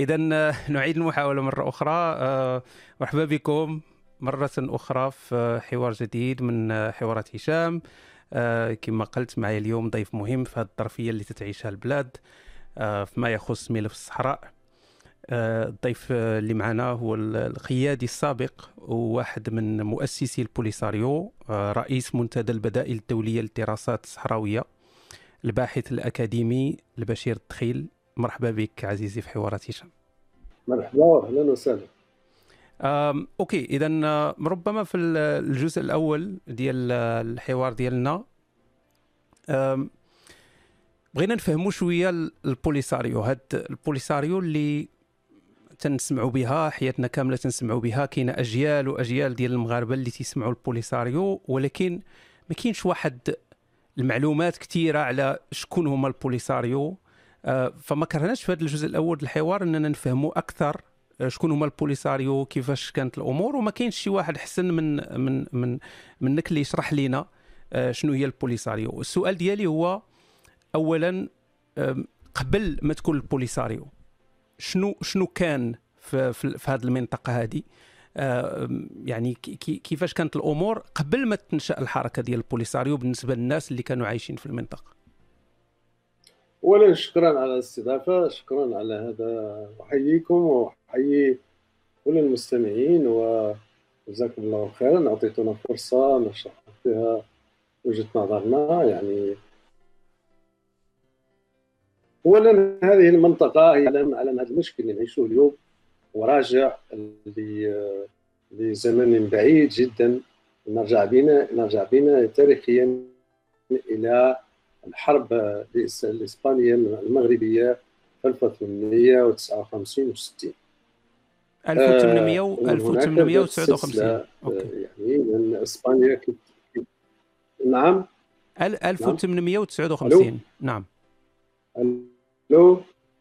إذا نعيد المحاولة مرة أخرى. مرحبا بكم مرة أخرى في حوار جديد من حوارات هشام. كما قلت معي اليوم ضيف مهم في هذه الظرفية اللي تتعيشها البلاد فيما يخص ملف الصحراء. الضيف اللي معنا هو القيادي السابق وواحد من مؤسسي البوليساريو، رئيس منتدى البدائل الدولية للدراسات الصحراوية، الباحث الأكاديمي البشير الدخيل. مرحبا بك عزيزي في حوارات هشام. مرحبا، اهلا وسهلا. اوكي، اذا ربما في الجزء الاول ديال الحوار ديالنا بغينا نفهموا شويه البوليساريو. هاد البوليساريو اللي تنسمعوا بها، حياتنا كامله تنسمعوا بها، كاينه اجيال واجيال ديال المغاربه اللي تيسمعوا البوليساريو، ولكن ما كاينش واحد المعلومات كثيره على شكون هما البوليساريو. فما كرهناش في هذا الجزء الاول ديال الحوار اننا نفهموا اكثر شكون هما البوليساريو، كيفاش كانت الامور، وما كاينش شي واحد احسن منك اللي يشرح لنا شنو هي البوليساريو. السؤال ديالي هو اولا، قبل ما تكون البوليساريو شنو كان في هذه المنطقه هذه؟ يعني كيفاش كانت الامور قبل ما تنشا الحركه ديال البوليساريو بالنسبه للناس اللي كانوا عايشين في المنطقه؟ اولا شكرا على الاستضافه، شكرا على هذا، احييكم واحيي كل المستمعين وجزاكم الله خيرا. اعطيتونا فرصه نشرح فيها وجهه نظرنا. يعني اولا هذه المنطقه هي على هذا المشكل اللي نعيشه اليوم وراجع لزمن بعيد جدا. نرجع بنا تاريخيا الى الحرب الإسبانية المغربية 1859 و60. 1859. يعني من إسبانيا نعم 1859. نعم. الو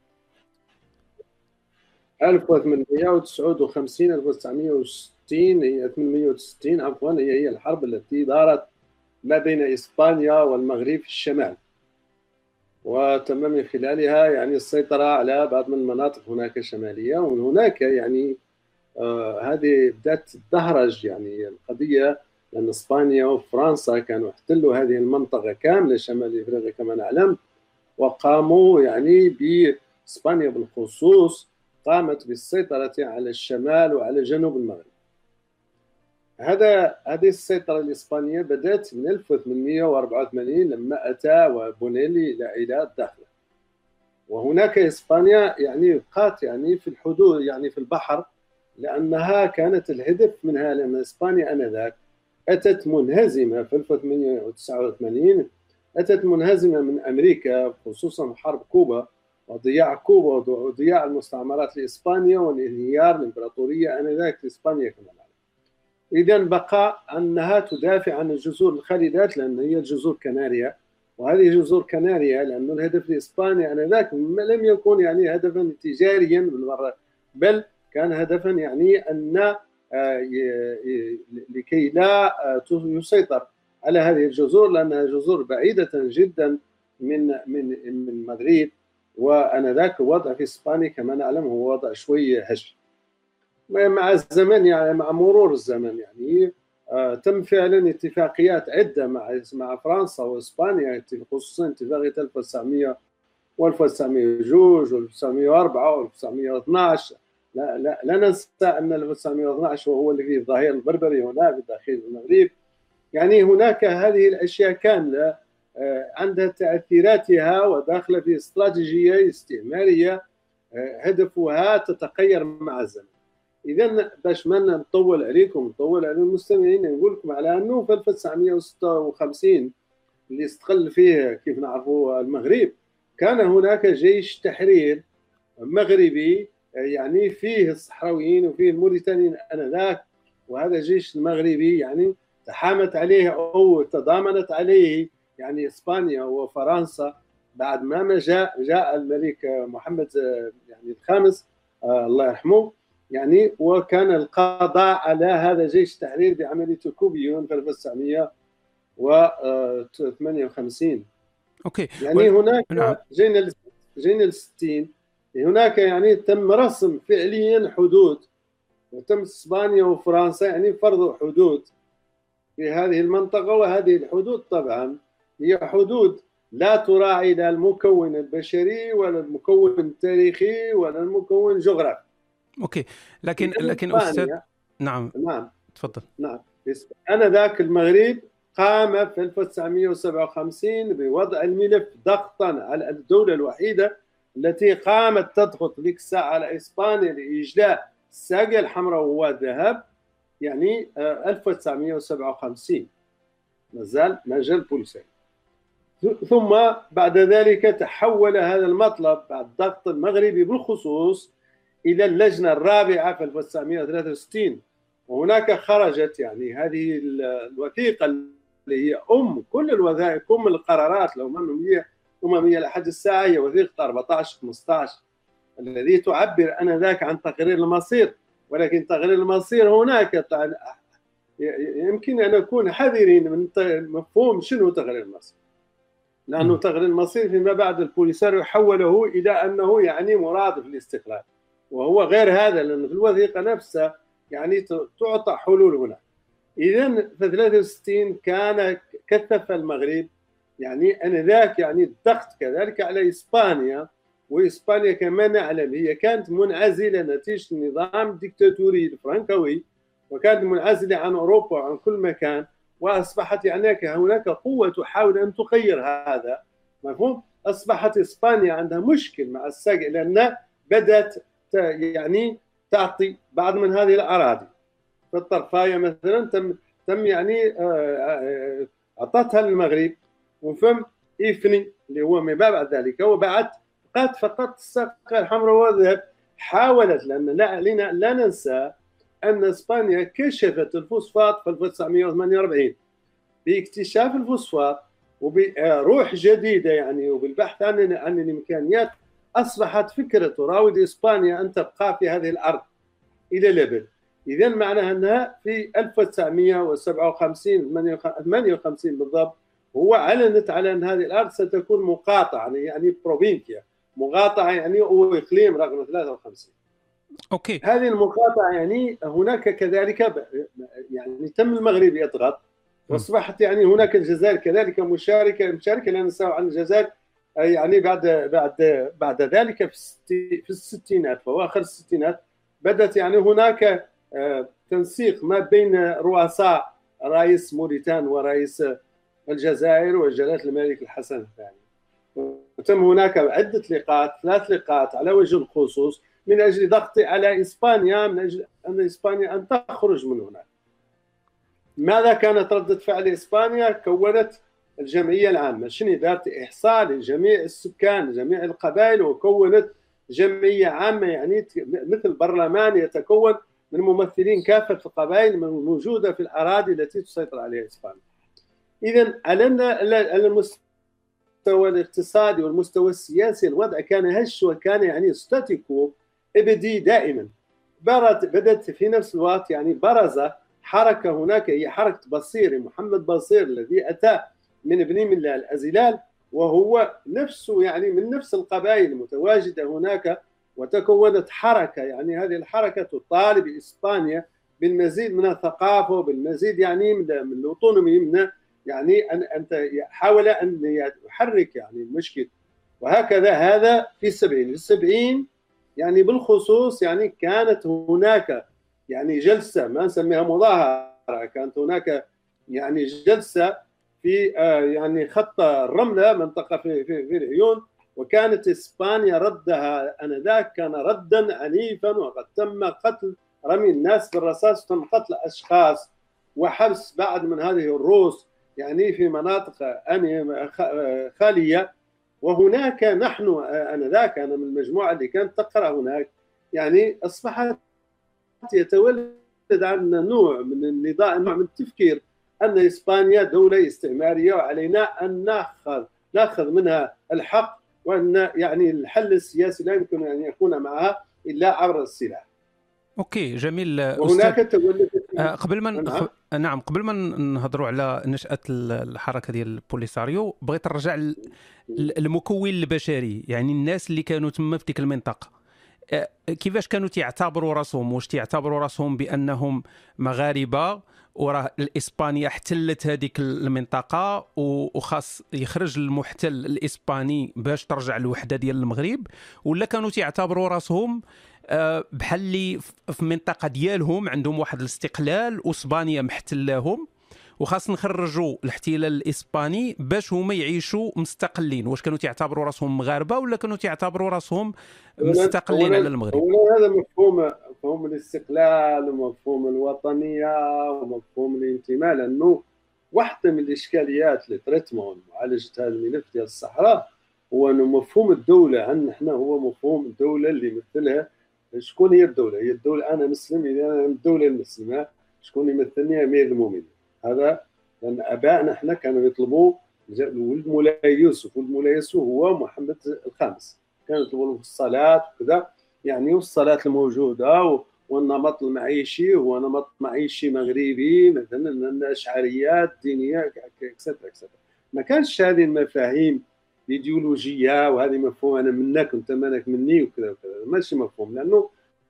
1859 1960 هي 860 عفوا، هي الحرب التي دارت ما بين إسبانيا والمغرب في الشمال، وتم من خلالها يعني السيطرة على بعض من المناطق هناك شمالية. ومن هناك يعني هذه بدأت تدهرج يعني القضية، لأن إسبانيا وفرنسا كانوا احتلوا هذه المنطقة كاملة شمال إفريقيا كما نعلم، وقاموا يعني بإسبانيا بالخصوص قامت بالسيطرة على الشمال وعلى جنوب المغرب. هذه السيطرة الإسبانية بدأت من 1884 لما أتى بونيلي إلى الداخل. وهناك إسبانيا يعني بقات يعني في الحدود، يعني في البحر، لأنها كانت الهدف منها، لأن إسبانيا آنذاك أتت منهزمة في 1889، أتت منهزمة من أمريكا، خصوصا حرب كوبا وضياع كوبا وضياع المستعمرات لإسبانيا وانهيار الإمبراطورية آنذاك لإسبانيا كما نعلم. إذا بقى أنها تدافع عن الجزر الخالدات، لأن هي الجزر كناريا، وهذه جزر كناريا لأن الهدف لإسبانيا آنذاك لم يكن يعني هدفا تجاريا بالمرة، بل كان هدفا يعني أن لكي لا يسيطر على هذه الجزر، لأنها جزر بعيدة جدا من المغرب، وآنذاك الوضع في إسبانيا كما نعلم هو وضع شوي هش. مع الزمن يعني مع مرور الزمن يعني تم فعلا اتفاقيات عده مع فرنسا واسبانيا، خصوصا اتفاقيه 1900 و1902 و1904 و1912. لا ننسى ان 1912 هو اللي فيه الظهير البربري هنا في داخل المغرب. يعني هناك هذه الاشياء كامله عندها تاثيراتها وداخله في استراتيجيه استعماريه هدفها تتغير مع الزمن. إذا باش ما نطول عليكم نطول على المستمعين، نقول لكم على أنه في 1956 اللي استقل فيه كيف نعرفوا المغرب، كان هناك جيش تحرير مغربي يعني فيه الصحراويين وفيه الموريتانيين آنذاك، وهذا الجيش المغربي يعني تحامت عليه أو تضامنت عليه يعني إسبانيا وفرنسا بعد ما جاء الملك محمد يعني الخامس الله يرحمه يعني، وكان القضاء على هذا جيش التحرير بعملية كوبيون في 1958. اوكي يعني هناك جينا ل 60 هناك يعني تم رسم فعليا حدود، وتم اسبانيا وفرنسا يعني فرضوا حدود في هذه المنطقة، وهذه الحدود طبعا هي حدود لا تراعي لا المكون البشري ولا المكون التاريخي ولا المكون الجغرافي. اوكي، لكن استاذ، نعم نعم تفضل. نعم. آنذاك المغرب قام في 1957 بوضع الملف ضغطا على الدولة الوحيدة التي قامت تضغط ذيك الساعة على إسبانيا لإجلاء الساقية الحمراء وهو الذهب، يعني 1957 مازال بوليساريو. ثم بعد ذلك تحول هذا المطلب بعد الضغط المغربي بالخصوص إلى اللجنة الرابعة في 1963، وهناك خرجت يعني هذه الوثيقة اللي هي كل الوثائق، القرارات الأممية لحد الساعة، هي وثيقة 14-15 الذي تعبر آنذاك عن تقرير المصير. ولكن تقرير المصير هناك يمكن أن نكون حذرين من مفهوم شنو تقرير المصير، لأنه تقرير المصير فيما بعد البوليساريو حوله إلى أنه يعني مرادف للاستقلال، وهو غير هذا، لأن في الوثيقة نفسها يعني تعطى حلول هنا. إذن في 63 كان كثف المغرب يعني آنذاك يعني الضغط كذلك على إسبانيا، وإسبانيا كما نعلم هي كانت منعزلة نتيجة النظام الدكتاتوري الفرنكوي، وكانت منعزلة عن أوروبا وعن كل مكان، وأصبحت يعني هناك قوة تحاول أن تغير هذا مفهوم. أصبحت إسبانيا عندها مشكل مع الساقية، لأن بدأت يعني تعطي بعض من هذه الأراضي. في الطرفاية مثلا تم يعني أعطتها للمغرب، وفم إفني اللي هو ما بعد ذلك، وبعد بقات فقط الساقية الحمراء والذهب. حاولت، لأن لا ننسى أن إسبانيا كشفت الفوسفات في 1948 باكتشاف الفوسفات وبروح جديدة يعني، وبالبحث عن الإمكانيات. أصبحت فكرة تراود إسبانيا أن تبقى في هذه الأرض إلى الأبد. إذا معناها أنها في 1957 58 بالضبط هو أعلنت على أن هذه الأرض ستكون مقاطعة، يعني بروفينكيا، مقاطعة يعني هو إقليم رقم 53. أوكي. هذه المقاطعة يعني هناك كذلك يعني تم المغرب يضغط، واصبحت يعني هناك الجزائر كذلك مشاركه، لا ننسى عن الجزائر يعني بعد ذلك في الستينات، في اواخر الستينات بدات يعني هناك تنسيق ما بين رؤساء رئيس موريتان ورئيس الجزائر وجلاله الملك الحسن الثاني، وتم هناك عده لقاءات، 3 لقاءات على وجه الخصوص من اجل ضغط على اسبانيا، من اجل ان اسبانيا ان تخرج من هناك. ماذا كانت ردة فعل إسبانيا؟ كونت الجمعية العامة، شنو دارت إحصاء لجميع السكان جميع القبائل، وكونت جمعية عامة يعني مثل برلمان يتكون من ممثلين كافة القبائل الموجودة في الأراضي التي تسيطر عليها إسبانيا. إذن على المستوى الاقتصادي والمستوى السياسي الوضع كان هش، وكان يعني ستاتيكو ابدي دائما. بدأت في نفس الوقت يعني برز حركة هناك، هي حركة بصير، محمد بصير الذي أتى من بني ملة الأزلال، وهو نفسه يعني من نفس القبائل المتواجدة هناك، وتكونت حركة يعني هذه الحركة تطالب إسبانيا بالمزيد من الثقافة وبالمزيد يعني من الأوتونومي، من يعني أن حاول أن يحرك يعني المشكل. وهكذا هذا في السبعين يعني بالخصوص يعني كانت هناك يعني جلسة ما نسميها مظاهرة، كانت هناك يعني جلسة في يعني خط الرملة، منطقة في العيون، وكانت إسبانيا ردها آنذاك كان ردا عنيفا، وقد تم قتل رمي الناس بالرصاص، تم قتل أشخاص وحبس بعض من هذه الروس يعني في مناطق خالية. وهناك نحن آنذاك أنا من المجموعة اللي كانت تقرأ هناك، يعني أصبحت يتولد عندنا نوع من النظام، نوع من التفكير أن إسبانيا دولة استعمارية وعلينا أن نأخذ منها الحق، وأن يعني الحل السياسي لا يمكن أن يكون معها إلا عبر السلاح. أوكي جميل وهناك تولد قبل ما نعم قبل ما نهضروا على نشأة الحركة ديال البوليساريو، بغيت نرجع للمكون البشري، يعني الناس اللي كانوا تما في ديك المنطقة. كيفاش كانوا تيعتبروا راسهم؟ واش تيعتبروا راسهم بأنهم مغاربة وراه الإسبانيا احتلت هذيك المنطقة وخاص يخرج المحتل الإسباني باش ترجع الوحدة ديال المغرب، ولا كانوا تيعتبروا راسهم بحال اللي في منطقة ديالهم عندهم واحد الاستقلال واسبانيا محتلاهم وخاص نخرجوا الاحتلال الاسباني باش هما يعيشوا مستقلين؟ واش كانوا تعتبروا راسهم مغاربه ولا كانوا تعتبروا راسهم مستقلين على المغرب؟ هذا مفهوم الاستقلال ومفهوم الوطنيه ومفهوم الانتماء، لانه واحده من الاشكاليات اللي تريتمون معالجه هذا الملف ديال الصحراء هو انه مفهوم الدوله عندنا احنا هو مفهوم الدوله اللي يمثلها. شكون هي الدوله؟ هي الدوله انا مسلم، اذا انا الدوله المسلمه شكون يمثلني؟ امير المؤمنين. هذا لان ابائنا احنا كانوا يطلبوا ولد مولاي يوسف، ولد مولاي يوسف هو محمد الخامس، كانوا يطلبوا في الصلاه وكذا، يعني والصلاه الموجوده والنمط المعيشي هو نمط معيشي مغربي مثلا، الاشعريات دينيه اكسترا اكسترا. ما كانش هذه المفاهيم ايديولوجيه وهذه مفهوم انا منك وانت مالك مني وكذا وكذا، ماشي مفهوم، لانه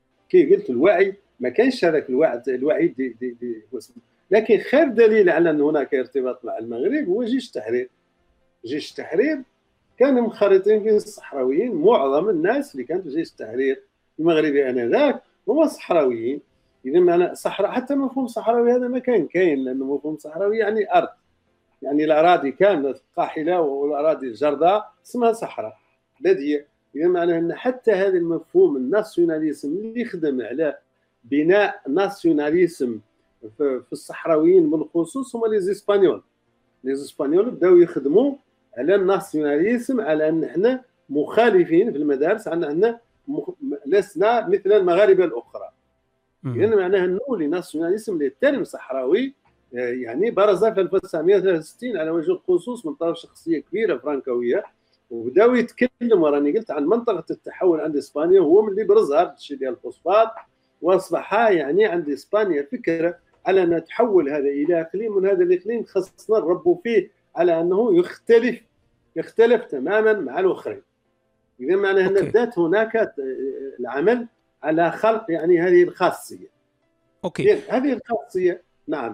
كي قلت الوعي ما كانش هذاك الوعي دي لكن خير دليل على ان هناك ارتباط مع المغرب هو جيش التحرير. جيش التحرير كانوا منخرطين فيه الصحراويين، معظم الناس اللي كانوا في جيش التحرير المغربي انذاك هما صحراويين. اذا معنى صحراء، حتى مفهوم صحراوي هذا ما كان كاين، لانه مفهوم صحراوي يعني ارض، يعني الاراضي كانت قاحله والاراضي الجرداء اسمها صحراء باديه. اذا معنى ان حتى هذا المفهوم الناسيوناليزم اللي خدم على بناء ناسيوناليزم في الصحراويين بالخصوص هما لي زيسبانيول. لي زيسبانيول بداو يخدموا على الناسيوناليزم، على ان احنا مخالفين في المدارس، عن ان لسنا مثل المغاربه الاخرى. لان معناها انه الناسيوناليزم اللي ترم صحراوي يعني برز في 1963 على وجه الخصوص من طرف شخصيه كبيره فرنكويه، وبداو يتكلموا، راني قلت عن منطقه التحول عند اسبانيا، هو من اللي برزها هذا الشيء ديال الفوسفات، واصبح يعني عند اسبانيا فكره على ان تحول هذا الى اقليم، من هذا الاقليم خصنا نربوا فيه على انه يختلف تماما مع الاخرين. اذا معناها ان بدات هناك العمل على خلق يعني هذه الخاصيه. اوكي، هذه الخاصيه.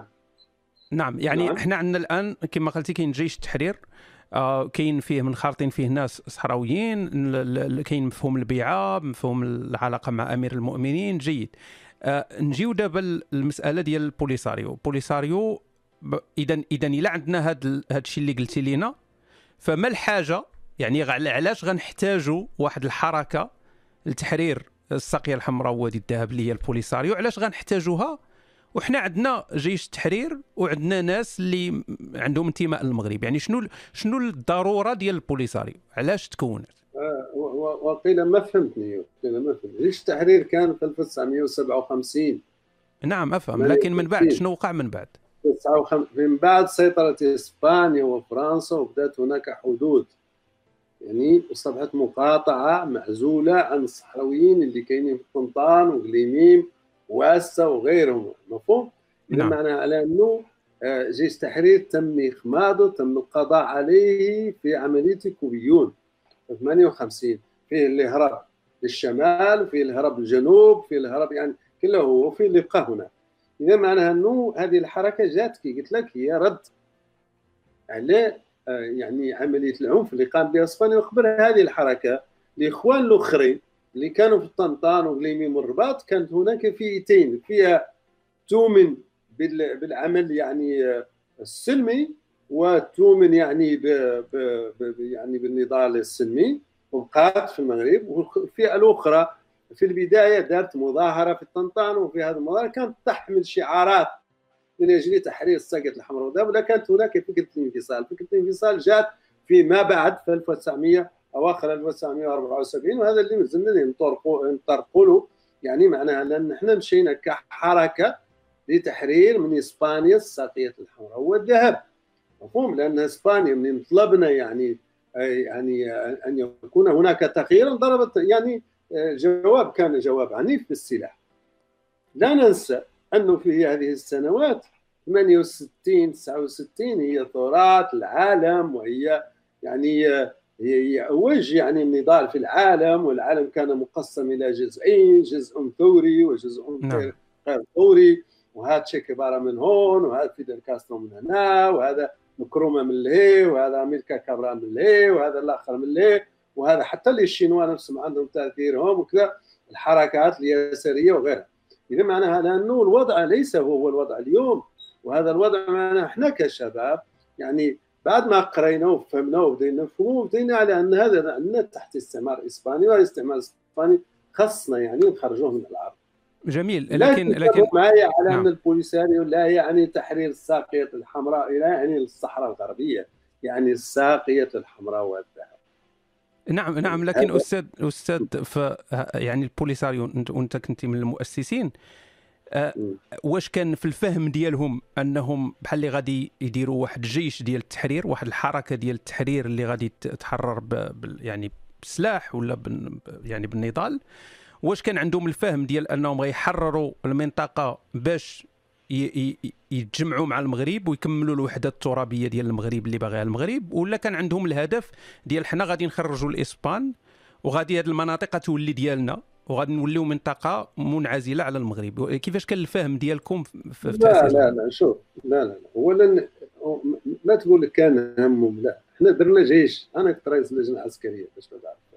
نعم يعني نعم. احنا عندنا الان كما قلتي كاين جيش التحرير، كاين فيه منخرطين فيه ناس صحراويين، كاين مفهوم البيعه، مفهوم العلاقه مع امير المؤمنين، جيد. نجيو دابا المساله ديال البوليساريو. اذا الا عندنا هذا الشيء اللي قلتي لينا، فما الحاجه يعني علاش غنحتاجوا واحد الحركه لتحرير الساقيه الحمراء ووادي الذهب اللي هي البوليساريو؟ علاش غنحتاجوها وحنا عندنا جيش التحرير وعندنا ناس اللي عندهم انتماء للمغرب؟ يعني شنو الضروره ديال البوليساريو؟ علاش تكونت؟ وقيل ما فهمتني. جيش التحرير كان في 1957. نعم افهم، لكن من بعد شنو وقع من بعد؟ من بعد سيطرة اسبانيا وفرنسا، وبدات هناك حدود، يعني اصبحت مقاطعه معزوله عن الصحراويين اللي كاينين في طنطان وقليميم واسا وغيرهم، مفهوم؟ نعم. معنى على انه جيش التحرير تم اخماده، تم القضاء عليه في عمليه كوبيون في 58، فيه اللي هرب للشمال وفيه اللي هرب للجنوب، فيه اللي هرب يعني كله هو، وفيه اللي بقى هنا. اذا معناها انه هذه الحركه جات كي قلت لك هي رد على يعني عمليه العنف اللي قام بها اسبانيا. وقبل هذه الحركه الاخوان الاخرين اللي كانوا في طنطان وقليميم والرباط كانت هناك فئتين، فيها تؤمن بالعمل يعني السلمي وتؤمن يعني يعني بالنضال السلمي، وبقات في المغرب. والفئه الاخرى في البدايه دارت مظاهره في طنطان، وفي هذه المظاهره كانت تحمل شعارات من اجل تحرير الساقية الحمراء والذهب، ولا كانت هناك فكره الانفصال. فكره الانفصال جات فيما بعد في 1900 اواخر 1974، وهذا اللي مازلنا نطرقوا له، يعني معناها ان احنا مشينا كحركه لتحرير من اسبانيا الساقية الحمراء والذهب، مفهوم؟ لان اسبانيا من طلبنا يعني ان يكون هناك تغيير ضربت يعني جواب، كان جواب عنيف بالسلاح. لا ننسى أنه في هذه السنوات 68 69 هي ثورات العالم، وهي يعني هي أوج يعني النضال في العالم، والعالم كان مقسم إلى جزئين، جزء ثوري وجزء نعم. غير ثوري، وهذا تشي كبارا من هون، وهذا فيدل كاسترو من هنا، وهذا نكروما من لهي، وهذا أمريكا كابرا من لهي، وهذا الآخر من لهي، وهذا حتى اللي الشينوا نفسهم عندهم تأثيرهم وكذا، الحركات اليسارية وغيرها. إذا معناها لأنه الوضع ليس هو الوضع اليوم، وهذا الوضع معنا احنا كشباب يعني بعد ما قرينا وفهمنا وبدينا نفهمه، بدينا على ان هذا ان تحت استعمار اسباني، والاستعمار الاسباني خصنا يعني نخرجوه من الارض. جميل. لكن معي على نعم. ان البوليساريو لا يعني تحرير الساقية الحمراء، لا يعني الصحراء الغربية، يعني الساقية الحمراء والذهب. نعم. لكن استاذ يعني البوليساريو وانت كنت من المؤسسين، واش كان في الفهم ديالهم انهم بحال اللي غادي يديروا واحد الجيش ديال التحرير، واحد الحركه ديال التحرير اللي غادي تحرر يعني بالسلاح ولا يعني بالنضال؟ واش كان عندهم الفهم ديال انهم غيحرروا المنطقه باش يتجمعوا مع المغرب ويكملوا الوحده الترابيه ديال المغرب اللي باغيها المغرب، ولا كان عندهم الهدف ديال حنا غادي نخرجوا الاسبان وغادي هذه المناطق تولي ديالنا وغادي نوليو منطقه منعزله على المغرب؟ كيفاش كان الفهم ديالكم في تاسيس؟ لا شوف، لا اولا ما تقول لك كان همهم، لا احنا درنا جيش. انا كنت رئيس اللجنه العسكريه باش ما تعرف،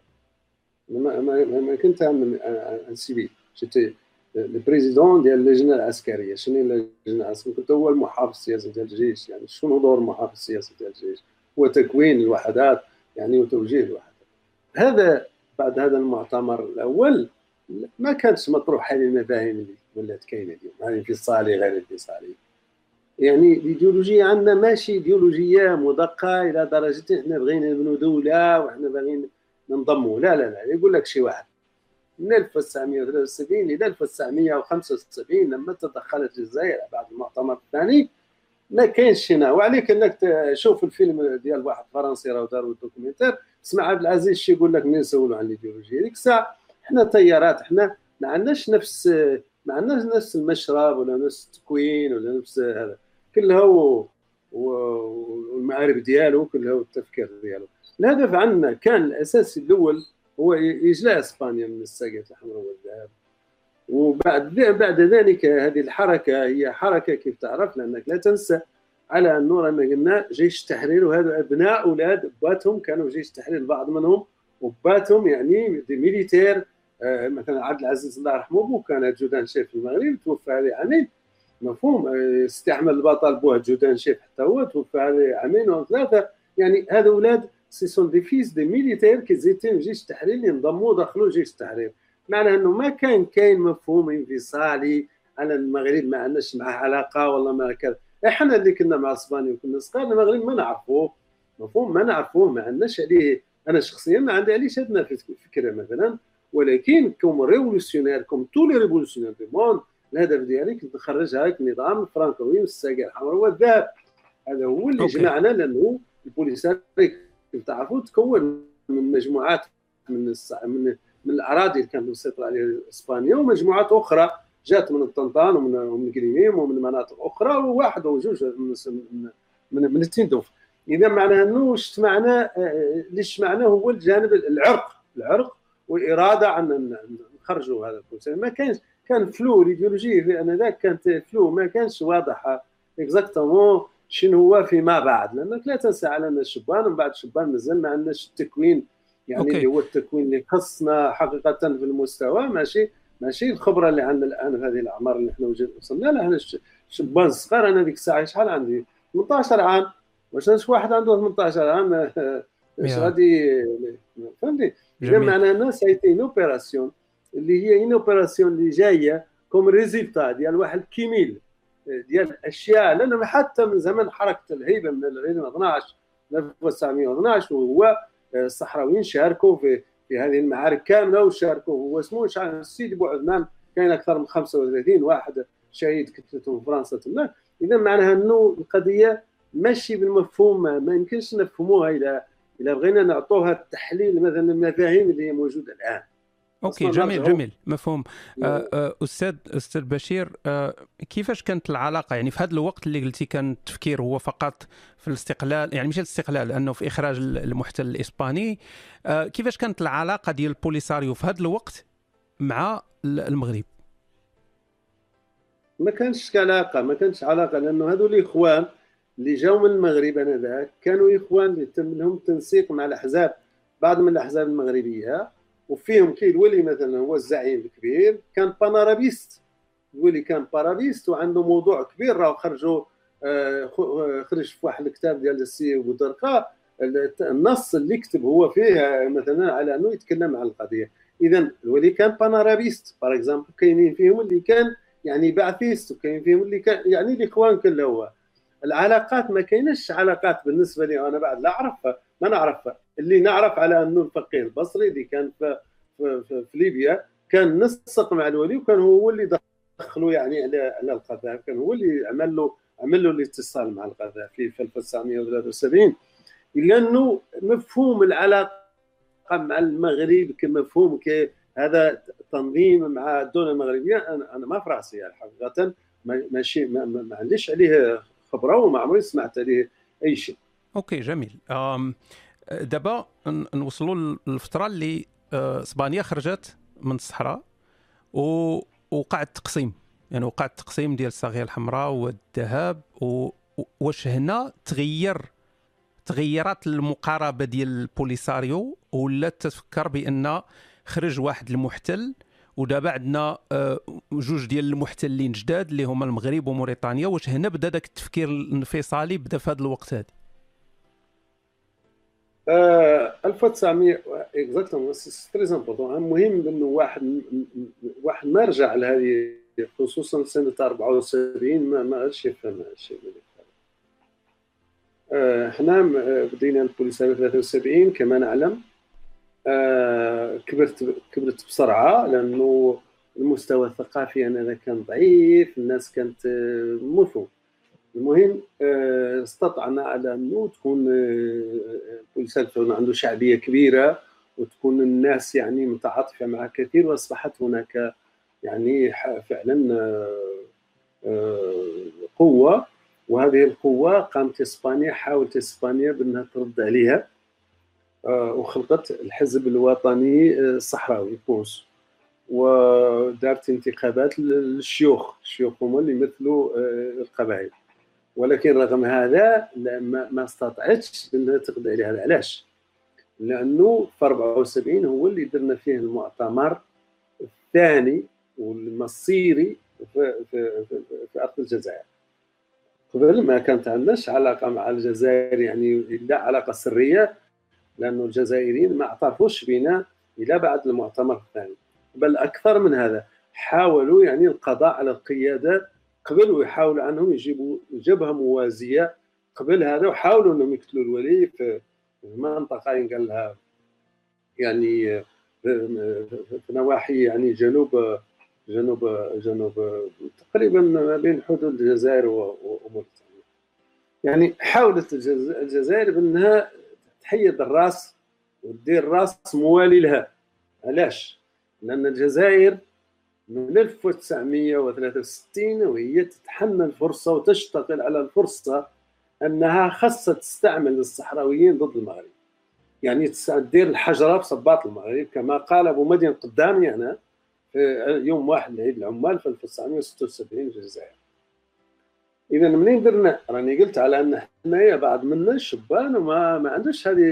ما كنت من سيفيل، شتي البريزيدون ديال اللجنه العسكريه. شنو اللجنه العسكريه؟ كنت هو المحافظ السياسي ديال الجيش. يعني شنو دور المحافظ السياسي ديال الجيش؟ هو تكوين الوحدات يعني وتوجيه الوحدات. هذا بعد هذا المؤتمر الاول ما كانتش مطروحه هذه المفاهيم اللي ولات كاينه اليوم، هذه انفصالي غير انفصالي. يعني الايديولوجيه عندنا ماشي ايديولوجيه مدقه الى درجه احنا بغينا نبنوا دوله واحنا باغيين ننضموا. لا يقول لك شي واحد من 1973 الى 1975 لما تدخلت الجزائر بعد المؤتمر الثاني ما كاينش هنا. وعليك انك تشوف الفيلم ديال واحد فرنسي راه داروا دوكيومنتير، اسمع عبد العزيز شي يقول لك منين سولوا عن الايديولوجيه ديك الساعه. احنا تيارات، احنا ما عندناش نفس المشرب ولا نفس التكوين ولا نفس هذا كله، والمعارف ديالو كله والتفكير ديالو. الهدف عندنا كان الاساسي الاول هو اجلاء اسبانيا من الساقية الحمراء والذهب. وبعد ذلك هذه الحركه هي حركه كيف تعرف، لانك لا تنسى على انه رانا قلنا جيش التحرير، وهذا ابناء اولاد باتهم كانوا جيش التحرير، البعض منهم وباتهم يعني دي ميليتير. مثلا عبد العزيز الله يرحمه بو كان جودان شيف في المغرب، توفى عليه عامين، مفهوم. سيدي احمد البطل بوه جودان شيف حتى هو توفى عليه عامين او ثلاثه. يعني هذا اولاد سي سون دي فيس دي ميليتير كي زيتين جيش التحرير اللي انضموا دخلوا جيش التحرير. معنى انه ما كاين مفهوم انفصالي على المغرب ما عندناش معه علاقه والله ما كذا. احنا اللي كنا مع اسبانيا وكنا صغار المغرب ما نعرفوه، مفهوم ما نعرفوه، ما عندناش عليه. انا شخصيا ما عندي عليه شدنا في فكره مثلا، ولكن كوم ريفولوسيونير كوم تو لي ريفولوسيونير دو موند الهدف ديالي كنت نخرج هاك النظام الفرنكوي والساقية الحمراء والذهب. هذا هو اللي جمعنا، لانه البوليساريو تعرفوا تكون من مجموعات من الاراضي اللي كانت مسيطره عليها اسبانيا، ومجموعات اخرى جات من الطنطان ومن قليميم ومن مناطق اخرى، وواحد وجوج من التندوف. اذا معناه انه ليش معناه هو الجانب العرق والاراده عن نخرجوا هذا البوليساريو. ما كان فلو الايديولوجيه في انذاك كانت فلو، ما كانش واضحه اكزاكتومون شنو هو فيما بعد. لانك لا تنسى على ان الشبان ومن بعد الشبان مازال ما عندناش التكوين يعني اللي هو التكوين اللي خصنا حقيقه في المستوى، ماشي الخبره اللي عندنا الان في هذه الاعمار اللي احنا وصلنا لها. انا شبان صغار، انا ديك الساعه شحال عندي 18 عام، واش واحد عنده 18 عام اش غادي فهمتي؟ اذا معنى الناس سايتي اوبيراسيون اللي هي ان اوبيراسيون اللي جايه كوم ريزلتا ديال واحد الكيميل ديال الاشياء. لان حتى من زمن حركه الهيبه من 2012 1912 وهو الصحراويين شاركوا في هذه المعارك كامله، وشاركوا هو اسمه سيدي بوعثمان، كاين اكثر من 35 واحد شهيد كتلتهم في فرنسا تما. اذا معناها انه القضيه ماشي بالمفهوم، ما يمكنش نفهموها اذا بغينا نعطوها التحليل مثلا المفاهيم اللي هي موجوده الان. اوكي، جميل جميل، مفهوم. استاذ بشير، كيفاش كانت العلاقه يعني في هذا الوقت اللي قلتي كان التفكير هو فقط في الاستقلال، يعني مش الاستقلال لانه في اخراج المحتل الاسباني، كيفاش كانت العلاقه ديال البوليساريو في هذا الوقت مع المغرب؟ ما كانش علاقه لانه هذول الاخوان اللي جاوا من المغرب انذاك كانوا اخوان اللي تم لهم تنسيق مع الاحزاب، بعض من الاحزاب المغربيه، وفيهم كي الولي مثلا هو الزعيم الكبير كان بانارابيست. الولي كان بارابيست وعنده موضوع كبير، راه خرج في واحد الكتاب ديال السي بودرقه النص اللي كتب هو فيه مثلا على انه يتكلم عن القضيه. اذا الولي كان بانارابيست باغ اكزومبل، كاينين فيهم اللي كان يعني بعثيست، وكاين فيهم اللي كان يعني الاخوان كله. هو العلاقات ما كاينش علاقات بالنسبه لي انا بعد لا اعرفها، ما نعرفها. اللي نعرف على انه الفقيه البصري اللي كان في ليبيا كان نسق مع الولي، وكان هو اللي دخلوا يعني على القذافي، كان هو اللي عمل له الاتصال مع القذافي في 1973. الا انه مفهوم العلاقه مع المغرب كمفهوم هذا تنظيم مع الدوله المغربيه، انا ما في راسي حقيقه، ماشي ما عنديش عليه خبره وما عمري سمعت عليه اي شيء. اوكي، جميل. دابا نوصلوا للفتره اللي اسبانيا خرجت من الصحراء ووقع التقسيم، يعني وقع التقسيم ديال الصاغيه الحمراء والذهب. واش هنا تغيرات المقاربه ديال البوليساريو، ولا تفكر بان خرج واحد المحتل ودابا عندنا جوج ديال المحتلين جداد اللي هما المغرب وموريتانيا؟ واش هنا بدا داك التفكير الانفصالي بدا في هذا الوقت هذا؟ 1900 اكزاكتومون سي تري امبورطون. مهم انه واحد ما رجع لهذه خصوصا سنه 74 ما غاديش يفهم هذا الشيء. احنا بدينا البوليساريو 73 كما نعلم. كبرت بسرعه لانه المستوى الثقافي انا كان ضعيف، الناس كانت مفهوم. المهم استطعنا على انه تكون البوليساريو عنده شعبيه كبيره وتكون الناس يعني متعاطفه معه كثير، واصبحت هناك يعني فعلا قوه. وهذه القوه حاولت اسبانيا بانها ترد عليها، وخلقت الحزب الوطني الصحراوي بونس، ودارت انتخابات للشيوخ. الشيوخ هما اللي يمثلوا القبائل، ولكن رغم هذا ما استطاعتش انها تقضي عليها. علاش؟ لانه في 74 هو اللي درنا فيه المؤتمر الثاني والمصيري في ارض الجزائر. قبل ما كانت عندناش علاقه مع الجزائر، يعني لا علاقه سريه، لانه الجزائريين ما اعترفوش بنا الى بعد المؤتمر الثاني. بل اكثر من هذا، حاولوا يعني القضاء على القيادات قبل، ويحاولوا انهم يجيبوا جبهه موازيه قبل هذا، وحاولوا انهم يقتلوا الولي في منطقه قال لها يعني في نواحي يعني جنوب تقريبا ما بين حدود الجزائر وموريتانيا. يعني حاولت الجزائر بانها تحيد الراس ودير راس موالي لها. علاش؟ لان الجزائر من 1963 وهي تتحمل الفرصه وتشتغل على الفرصه انها خاصه تستعمل الصحراويين ضد المغرب، يعني تدير الحجره في صباط المغرب كما قال ابو مدين قدامي انا في يوم 1 لعيد العمال في 1976 في الجزائر. اذا منين درنا؟ راني قلت على ان حنايا بعض منا الشبان وما عندوش هذه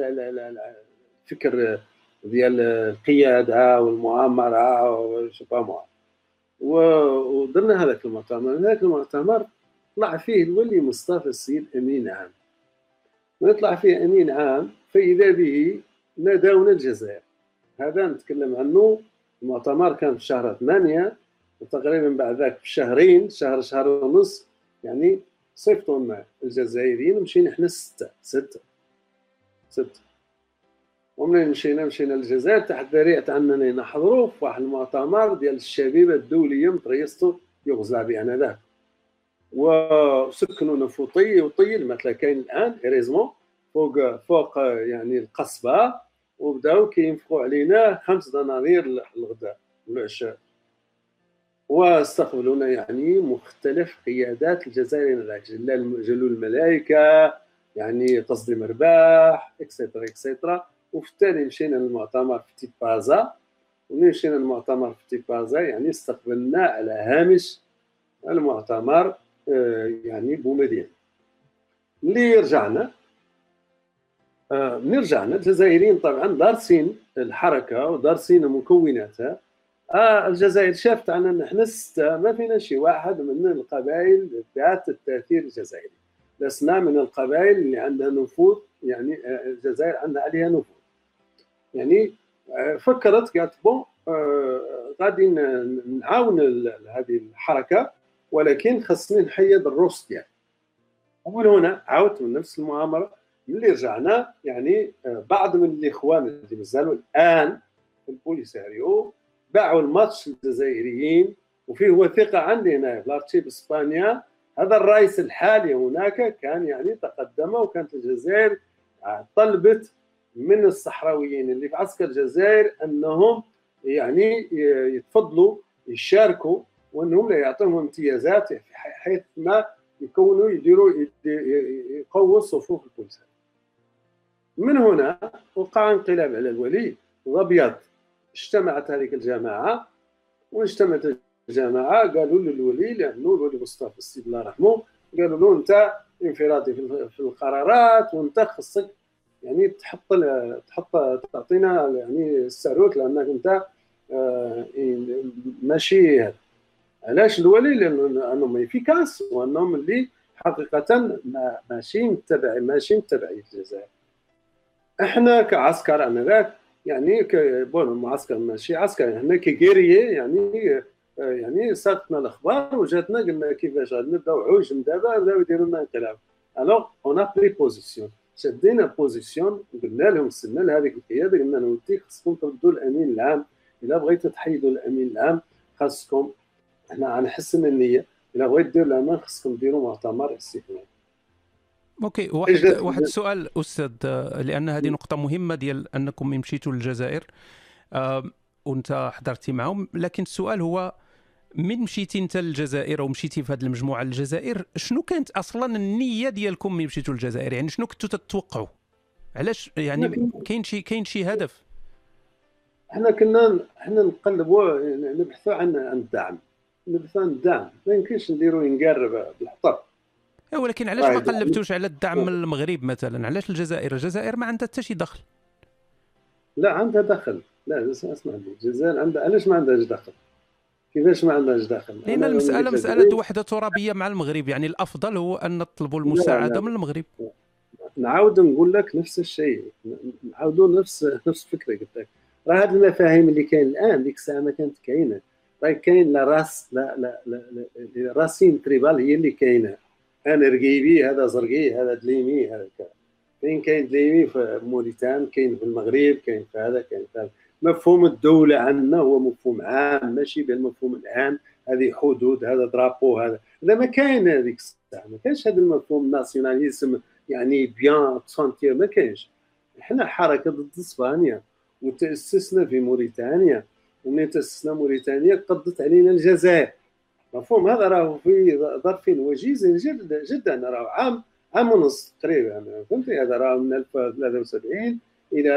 الفكر ديال القياده والمؤامره وشبا، ودرنا هذاك المؤتمر. هذاك المؤتمر طلع فيه الولي مصطفى السيد امين عام. ويطلع فيه امين عام فاذا به نادونا الجزائر. هذا نتكلم عنه. المؤتمر كان في شهر 8 وتقريبا بعد ذاك بشهرين، شهر ونص يعني، صيفطوا الجزائريين ومشينا احنا ستة. ومنين مشينا للجزائر تحت ذريعة أننا نحضروا في واحد المؤتمر ديال الشبيبة الدولية من رئيسته يوغوسلافيا آنذاك، وسكنونا في وطي مثلا كاين الآن إيريزمون فوق يعني القصبة، وبداو كينفقوا علينا 5 دنانير الغداء والعشاء. واستقبلونا يعني مختلف قيادات الجزائريين، جلول الملائكه، يعني قصدي مرباح اكسترا اكسترا. وفي التالي مشينا للمؤتمر في تيت بازا. ومنين مشينا للمؤتمر في تيت بازا يعني استقبلنا على هامش المؤتمر يعني بومدين. اللي رجعنا رجعنا الجزائريين طبعا دارسين الحركه ودارسين مكوناتها. الجزائر شافت أننا نحن 6 ما فينا شي واحد من القبائل ذات التأثير الجزائري، لسنا من القبائل اللي عندها نفوذ، يعني الجزائر عندها عليها نفوذ. يعني فكرت قالت بون غادي نعاون هذه الحركة، ولكن خصني نحيد الروس ديالي. ومن هنا عاودت من نفس المؤامرة. ملي رجعنا يعني بعض من الإخوان اللي مازالوا الآن في البوليساريو باعوا الماتش للجزائريين، وفيه وثيقه عندي هنا في الارشيف اسبانيا. هذا الرئيس الحالي هناك كان يعني تقدم، وكانت الجزائر طلبت من الصحراويين اللي في عسكر الجزائر انهم يعني يتفضلوا يشاركوا، وانهم لا يعطوهم امتيازات حيث ما يكونوا يقووا صفوف البوليس. من هنا وقع انقلاب على الولي وابيض. اجتمعت هذه الجماعه، واجتمعت الجماعه قالوا للولي، لانه الولي مصطفى السيد الله يرحمه، قالوا له انت انفرادي في القرارات، وانت خصك يعني تحط تعطينا يعني الساروت، لانك انت ماشي. علاش الولي؟ لانهم افيكاس، وانهم اللي حقيقه ماشي متبعين الجزائر. احنا كعسكر انذاك يعني بون معسكر ماشي عسكر، احنا كجيريه يعني ساقتنا الاخبار وجاتنا قلنا كيفاش غادي نبداو عوج من دابا بداو يديروا لنا انقلاب. الوغ اون بري بوزيسيون، شدينا بوزيسيون، قلنا لهم استنى لهذيك القياده، قلنا لهم انت خصكم تردوا الامين العام، الا بغيتوا تحيدوا الامين العام خاصكم، احنا غنحسن النيه، الا بغيت ديروا الامان خصكم ديروا مؤتمر استثنائي. اوكي، واحد السؤال استاذ، لان هذه نقطه مهمه ديال انكم مشيتوا للجزائر وانت حضرتي معهم، لكن السؤال هو من مشيتي انت للجزائر ومشيتي في هذه المجموعه للجزائر، شنو كانت اصلا النيه ديالكم ملي مشيتوا للجزائر؟ يعني شنو كنتوا تتوقعوا؟ علاش يعني كاين شي هدف؟ حنا نقلبوا نبحثوا عن الدعم، ما يمكنش نديروا ينقرب بالحطب. ولكن علاش ما قلبتوش على الدعم من المغرب مثلا؟ علاش الجزائر ما عندها حتى شي دخل؟ لا عندها دخل، لا اسمع لي، الجزائر عندها، علاش ما عندهاش دخل؟ كيفاش ما عندهاش دخل؟ لان المساله مساله وحده ترابيه مع المغرب، يعني الافضل هو ان نطلبوا المساعده من المغرب. نعاود نقول لك نفس الشيء، نعاودوا نفس الفكره. قلت لك راه هذه المفاهيم اللي كاين الان ديك الساعه ما كانت كاينه. راه كاين لا راس لا راسين تريبال هي اللي كاينه. انا رقيبي، هذا زرقي، هذا دليمي، هذا كذا. كاين دليمي في موريتان، كاين في المغرب، كاين في هذا، كاين في هذا. مفهوم الدوله عندنا هو مفهوم عام، ماشي بالمفهوم الان هذه حدود، هذا درابو، هذا ما كاين. هذيك الساعه ما كانش هذا المفهوم الناسيوناليزم، يعني بيان سونتير، ما كاينش. احنا حركه ضد اسبانيا وتاسسنا في موريتانيا، ومن تاسسنا موريتانيا قضت علينا الجزائر. مفهوم هذا راه في ظرف وجيز جدا، راه عام ونص تقريبا، فهمتي؟ هذا راه من 1073 الى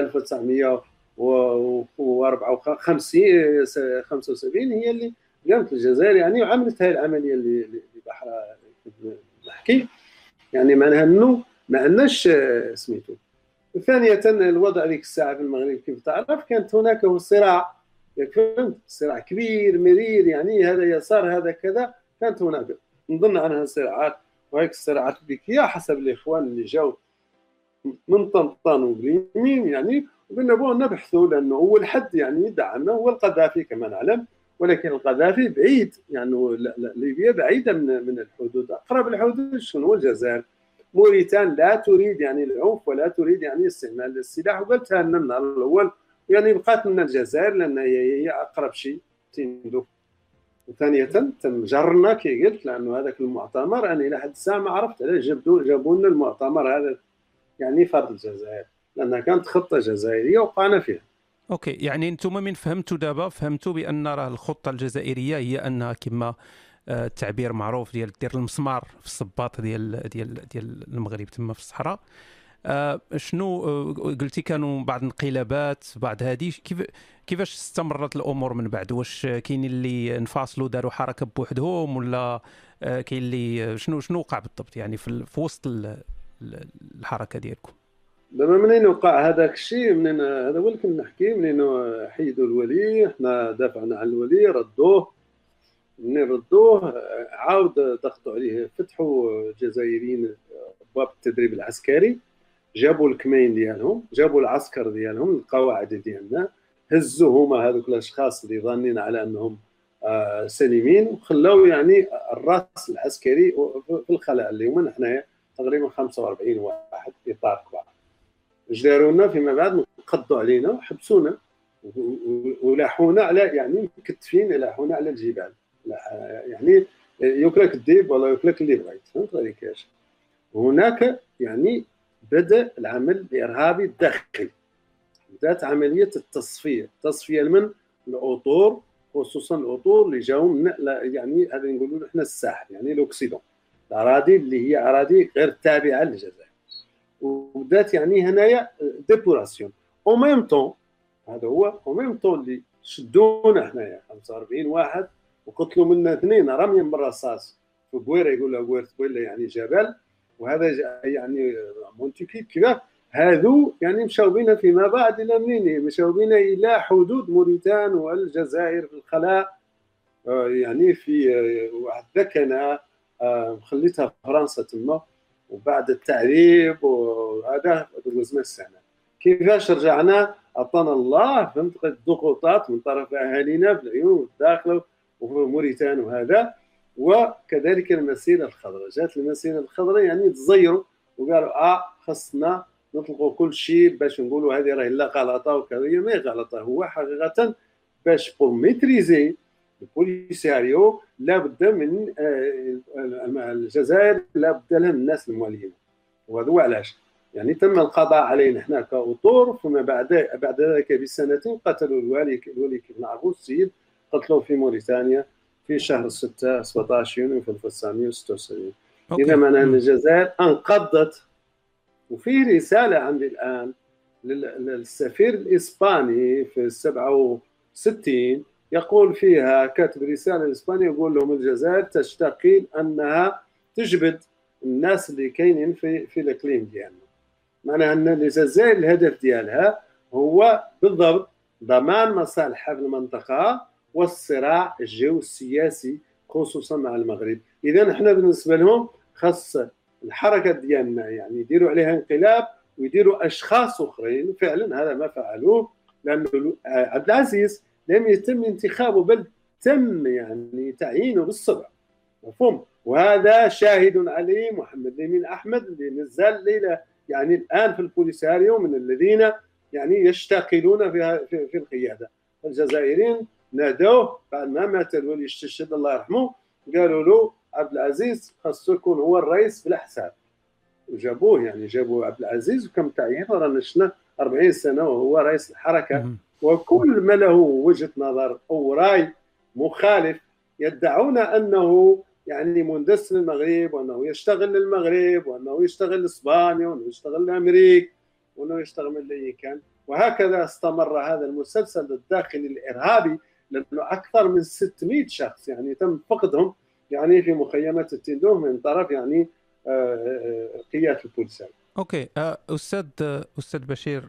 1954 هي اللي قامت الجزائر يعني وعملت هذه العمليه اللي بحرها نحكي، يعني معناها انه ما عندناش سميتو. ثانيه الوضع ذيك الساعه في المغرب كيف تعرف كانت هناك صراع، فهمت؟ صراع كبير مرير، يعني هذا يسار هذا كذا، كانت هناك نظن عنها صراعات، وهيك الصراعات ذيك حسب الاخوان اللي جاوا من طنطان وبليمين، يعني قلنا بون نبحثوا، لانه اول حد يعني دعمنا هو القذافي كما نعلم، ولكن القذافي بعيد، يعني ليبيا بعيده من الحدود، اقرب الحدود شنو هو الجزائر. موريتان لا تريد يعني العنف ولا تريد يعني استعمال السلاح، وقلتها لنا النهار الاول، يعني بقات لنا الجزائر لان هي اقرب شيء تندو. وثانيه تم جرنا كي قلت، لانه هذاك المؤتمر انا الى حد الساعه ما عرفت علاش جابوا لنا المؤتمر هذا، يعني فرض الجزائر. لانها كانت خطه جزائريه وقعنا فيها. اوكي، يعني انتم من فهمتوا دابا فهمتوا بان راه الخطه الجزائريه هي انها كما التعبير معروف ديال دير المسمار في الصباط ديال المغرب تما في الصحراء. شنو قلتي كانوا بعض الانقلابات بعد هذه، كيفاش استمرت الامور من بعد؟ واش كاين اللي انفصلوا داروا حركه بوحدهم، ولا كاين اللي شنو وقع بالضبط يعني في وسط الحركه ديالكم؟ دابا منين وقع هذاك الشيء، منين هذا هو اللي كنا نحكي، منين حيدوا الولي حنا دافعنا على الولي، ردوه. منين ردوه عاود ضغطوا عليه، فتحوا الجزائريين ابواب التدريب العسكري، جابوا الكمين ديالهم، جابوا العسكر ديالهم، القواعد ديالنا، هزوا هما هذوك الاشخاص اللي ظانين على انهم سليمين، وخلاو يعني الراس العسكري في الخلاء اللي هما حنايا تقريبا 45 واحد في اطار كبار. اش داروا لنا فيما بعد؟ قضوا علينا وحبسونا ولاحونا على يعني مكتفين، لاحونا على الجبال، يعني ياكلك الديب ولا ياكلك اللي بغيت، فهمت عليك ايش؟ هناك يعني بدأ العمل الإرهابي الداخلي، بدأت عملية التصفية من الأطور، خصوصا الأطور اللي جاوا من يعني هذا نقولوا احنا الساحل، يعني لوكسيدون، الأراضي اللي هي أراضي غير تابعة للجزائر. وبدات يعني هنايا ديبوراسيون او ميم طون، هذا هو او ميم طون اللي شدونا حنايا 45 واحد وقتلوا منا اثنين رميا بالرصاص في بويره، يقول لها بويره يعني جبل، وهذا يعني مونتيكي كذا. هذو يعني مشاو بينا فيما بعد الى منين؟ مشاو بينا الى حدود موريتان والجزائر في الخلاء، يعني في واحد ذكنا خليتها فرنسا تما، وبعد التعذيب وهذا دوزنا السنه. كيفاش رجعنا؟ عطانا الله، فهمت، الضغوطات من طرف اهالينا في العيون والداخل وفي موريتان وهذا، وكذلك المسيره الخضراء. جات المسيره الخضراء يعني تزيروا وقالوا خصنا نطلقوا كل شيء باش نقولوا هذه راهي لا غلطه وكذا. ما غلطه، هو حقيقه باش بور ميتريزي البوليساريو لابد من الجزائر لابد لها من الناس المواليين، وهذا هو علاش يعني تم القضاء علينا احنا كأطور. ثم بعد ذلك بسنتين قتلوا الوالي كيف نعرفوا السيد، قتلوه في موريتانيا في شهر 6 17 يونيو في 1976. اذا معناه ان الجزائر انقضت. وفي رساله عندي الان للسفير الاسباني في 67 يقول فيها، كاتب رساله لاسبانيا يقول لهم الجزائر تشتغل انها تجبد الناس اللي كاينين في الاقليم ديالنا. معناها ان الجزائر الهدف ديالها هو بالضبط ضمان مصالحها في المنطقه والصراع الجيوسياسي خصوصا مع المغرب. اذا احنا بالنسبه لهم خاص الحركه ديالنا يعني يديروا عليها انقلاب ويديروا اشخاص اخرين. فعلا هذا ما فعلوه، لانه عبد العزيز لم يتم انتخابه بل تم يعني تعيينه بالصدع، مفهوم؟ وهذا شاهد عليه محمد لمين احمد اللي نزل ليله يعني الان في البوليساريو من الذين يعني يشتغلون في القياده. الجزائريين نادوه بعد ما مات الولي استشهد الله يرحمه، قالوا له عبد العزيز خاصو يكون هو الرئيس بلا حساب، وجابوه يعني جابوا عبد العزيز وكم تعيين رانا شفنا 40 سنه وهو رئيس الحركه. وكل ما له وجهه نظر او راي مخالف يدعون انه يعني مندس للمغرب، وانه يشتغل للمغرب، وانه يشتغل لاسبانيا، وانه يشتغل لامريكا، وانه يشتغل من اللي كان. وهكذا استمر هذا المسلسل الداخلي الارهابي، لانه اكثر من 600 شخص يعني تم فقدهم يعني في مخيمات التندوه من طرف يعني قيادة البوليساريو. اوكي، استاذ بشير،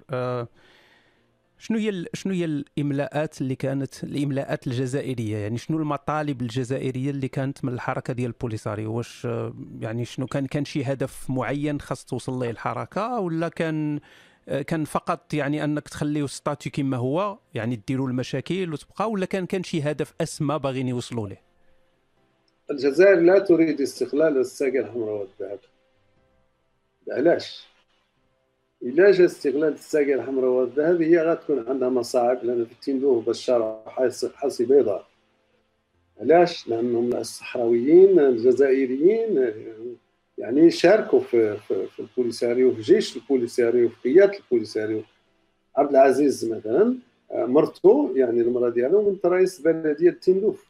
شنو هي الاملاءات اللي كانت الاملاءات الجزائريه؟ يعني شنو المطالب الجزائريه اللي كانت من الحركه ديال البوليساريو؟ واش يعني شنو كان شي هدف معين خاص توصل ليه الحركه، ولا كان فقط يعني انك تخليو ستاتيو كما هو يعني ديروا المشاكل وتبقى، ولا كان شي هدف اسمى باغيين يوصلوا له؟ الجزائر لا تريد استقلال الساقية الحمراء والذهب. علاش؟ إلا جا استغلال الساقية الحمراء والذهب هي غتكون عندها مصاعب، لأن في التندوه بشار حاسي بيضاء. علاش؟ لأنهم الصحراويين الجزائريين يعني شاركوا في البوليساريو، في جيش البوليساريو، في قياده البوليساريو. عبد العزيز مثلا مرته يعني المراه ديالو من رئيس بلديه تندوف.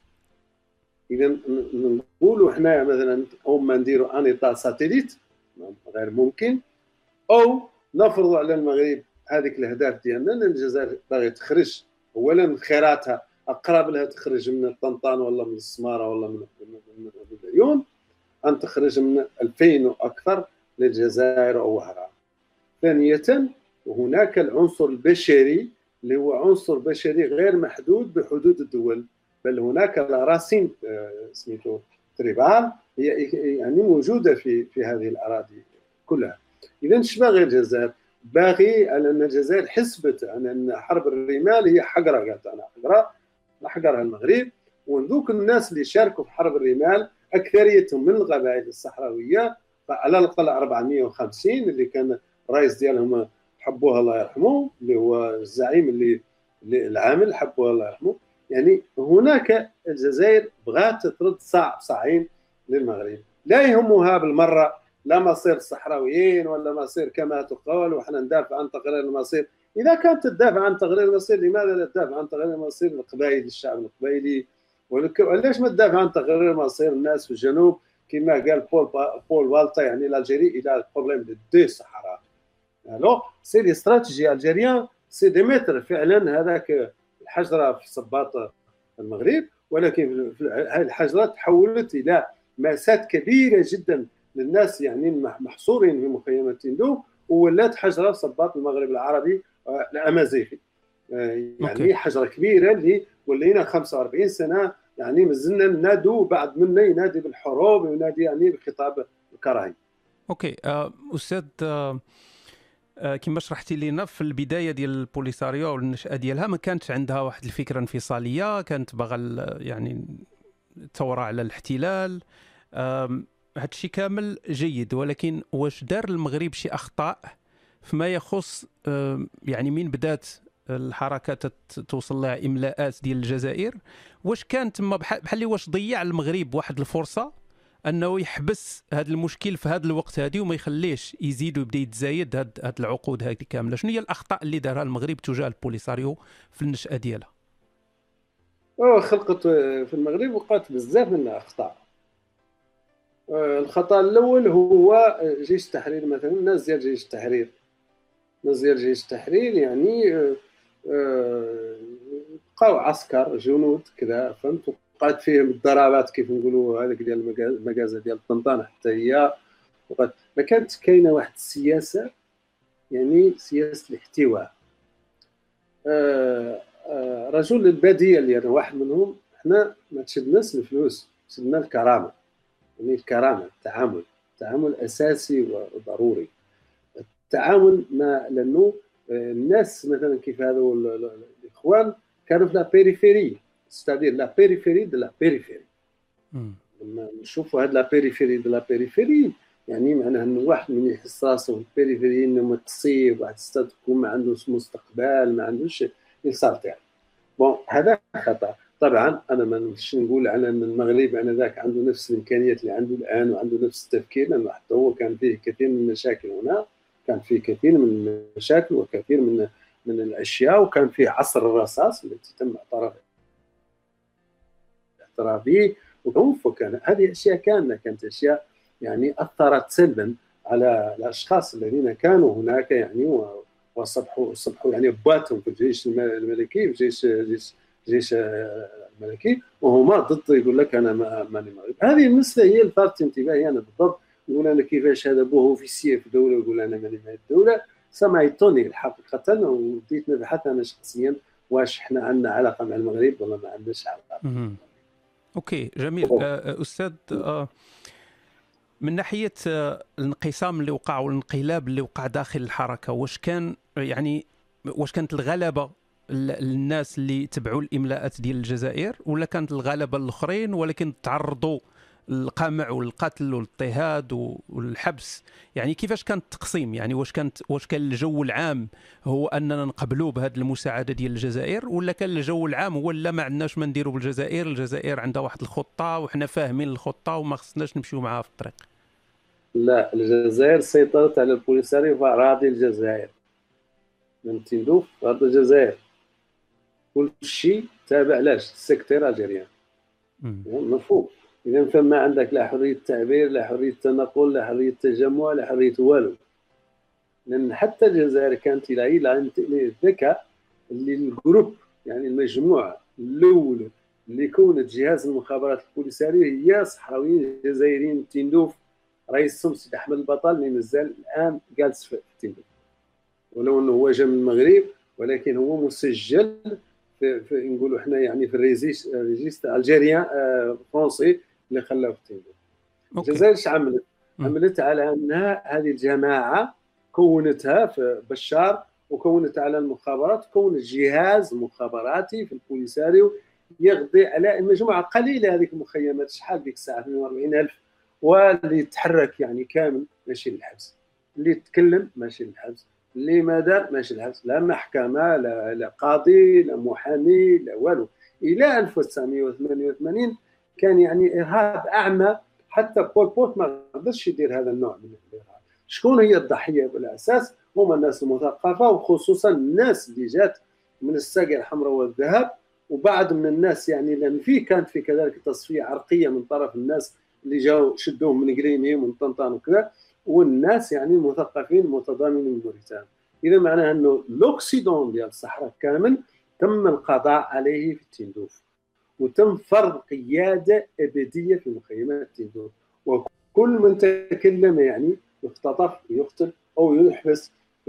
اذا نقولوا حنا مثلا ما نديروا انيطا ساتيليت غير ممكن، او نفرضوا على المغرب هذيك الاهداف ديالنا، لان الجزائر باغي تخرج اولا خيراتها اقرب لها تخرج من الطنطان ولا من السماره ولا من العيون، ان تخرج من 2000 واكثر للجزائر او وهران. ثانيه هناك العنصر البشري اللي هو عنصر بشري غير محدود بحدود الدول، بل هناك راسين سميتو تريبال هي يعني موجوده في هذه الاراضي كلها. اذا اش باغي الجزائر؟ باغي ان الجزائر حسبت ان حرب الرمال هي حقره، قالت انا حقره نحقرها المغرب. وذوك الناس اللي شاركوا في حرب الرمال اكثريتهم من القبائل الصحراويه، على الاقل 450 اللي كان الرئيس ديالهم حبوه الله يرحمه، اللي هو الزعيم اللي العامل حبوه الله يرحمه. يعني هناك الجزائر بغات ترد صاعين للمغرب، لا يهمها بالمره لا مصير الصحراويين ولا مصير كما تقال وحنا ندافع عن تقرير المصير. اذا كانت تدافع عن تقرير المصير لماذا لا تدافع عن تقرير المصير القبائل، الشعب القبائلي؟ وعلاش ما تدافع عن تقرير مصير الناس في الجنوب كما قال بول والتا، يعني الجيري الى بروبليم دو صحراء. الو سي لي استراتيجي الجيريان سي دي متر فعلا هذاك الحجره في صباط المغرب، ولكن هذه الحجره تحولت الى مأساة كبيره جدا للناس يعني محصورين في مخيمات تندوف، وولات حجره في صباط المغرب العربي الامازيغي. يعني حجره كبيره اللي ولينا 45 سنه يعني مازلنا ننادوا، بعض منا ينادي بالحروب وينادي يعني بخطاب الكراهي. اوكي استاذ، كما شرحتي لنا في البدايه ديال البوليساريو والنشاه ديالها ما كانتش عندها واحد الفكره انفصاليه، كانت باغا يعني الثوره على الاحتلال. هذا الشيء كامل جيد، ولكن واش دار المغرب شي اخطاء فيما يخص يعني من بدات الحركات توصل لها املاءات ديال الجزائر؟ واش كانت تما بحال واش ضيع المغرب واحد الفرصه انه يحبس هذا المشكل في هذا الوقت هذه وما يخليش يزيد ويبدا يتزايد هاد العقود هذه كامله؟ شنو هي الاخطاء اللي دارها المغرب تجاه البوليساريو في النشاه ديالها؟ خلقت في المغرب وقعت بزاف من الاخطاء. الخطا الاول هو جيش التحرير مثلا. الناس ديال جيش التحرير يعني بقاو عسكر جنود كذا، فهمت، وقعت فيهم الضربات كيف نقولوا هذيك ديال المجازر ديال طنطان حتى هي وقعت. ما كانت كاينه واحد السياسه، يعني سياسه الاحتواء. رجل الباديه اللي انا واحد منهم، احنا ما تشدناش الفلوس، تشدنا الكرامه. يعني الكرامه، التعامل اساسي وضروري. التعاون ما لانه الناس مثلا كيف هذو الاخوان كانوا في لا بيريفيري، ستادير لا بيريفيري دو لا بيريفيري. لما نشوفوا هاد لا بيريفيري دو لا بيريفيري يعني معناه انه واحد من يحس راسه في البيريفيري انه متصيب، واحد تكون ما عندوش مستقبل، ما عندوش يسارت يعني. بون هذا خطا. طبعا انا ما نمشيش نقول على ان المغرب انا ذاك عنده نفس الامكانيات اللي عنده الان وعنده نفس التفكير، لانه حتى هو كان فيه كثير من المشاكل هنا، كان فيه كثير من المشاكل وكثير من الاشياء، وكان فيه عصر الرصاص التي تم اعتراف به وعنف، وكان هذه اشياء كانت اشياء يعني اثرت سلبا على الاشخاص الذين كانوا هناك يعني وصبحوا يعني باتهم في الجيش الملكي، في جيش الملكي، وهما ضد، يقول لك انا ماني مغرب. هذه المساله هي اللي ثارت انتباهي انا بالضبط. يقول انا كيفاش هذا بوه اوفيسير في دوله يقول انا ماني مع الدوله. سمعتني الحقيقه وبديت نبحث انا شخصيا واش احنا عندنا علاقه مع المغرب ولا ما عندناش علاقه. اوكي جميل. استاذ، من ناحيه الانقسام اللي وقع والانقلاب اللي وقع داخل الحركه، واش كانت الغلبه الناس اللي تبعوا الاملاءات ديال الجزائر، ولا كانت الغلبه الاخرين ولكن تعرضوا للقمع والقتل والاضطهاد والحبس؟ يعني كيفاش كان التقسيم؟ يعني واش كان الجو العام هو اننا نقبلوا بهذه المساعده ديال الجزائر، ولا كان الجو العام هو لا ما عندناش ما نديروا بالجزائر، الجزائر عندها واحد الخطه وحنا فاهمين الخطه وما خصناش نمشيو معها في الطريق؟ لا، الجزائر سيطرت على البوليساريو في أراضي الجزائر، من تندوف في أرض الجزائر، كل شيء تابع لاش السكتير الجيريان. مم. مفهوم. إذا فما عندك لا حرية تعبير، لا حرية تنقل، لا حرية تجمع، لا حرية والو. لأن حتى الجزائر كانت إلى الذكاء اللي الجروب، يعني المجموعة الأولى اللي كونت جهاز المخابرات البوليسارية هي صحراويين جزائريين تندوف. رئيسهم سيدي أحمد البطل اللي مازال الآن جالس في تندوف، ولو أنه هو جا من المغرب، ولكن هو مسجل في نقولوا احنا يعني في الريجيست الجيريان فرونسي اللي خلاه في تندوف. اوكي. الجزائر ايش عملت؟ مم. عملت على انها هذه الجماعه كونتها في بشار، وكونت على المخابرات، كونت جهاز مخابراتي في البوليساريو يقضي على مجموعه قليله. هذيك المخيمات شحال ديك الساعه 42,000، واللي يتحرك يعني كامل ماشي للحبس، اللي يتكلم ماشي للحبس، اللي ما دار ماشي للحبس، لا محكمه، لا قاضي، لا محامي، لا والو. الى 1988 كان يعني ارهاب اعمى. حتى بول بوت ما قدرش يدير هذا النوع من الارهاب. شكون هي الضحيه بالاساس؟ هما الناس المثقفه، وخصوصا الناس اللي جات من الساقيه الحمراء والذهب، وبعض من الناس يعني، لان كانت في كذلك تصفيه عرقيه من طرف الناس اللي جاوا شدوهم من قريمي ومن طنطان وكذا، والناس يعني المثقفين المتضامنين من موريتانيا. اذا معناها انه لوكسيدون ديال الصحراء كامل تم القضاء عليه في التندوف، وتم فرض قياده ابديه في مخيمات تندوف، وكل من تكلم يعني يختطف ويقتل او يحبس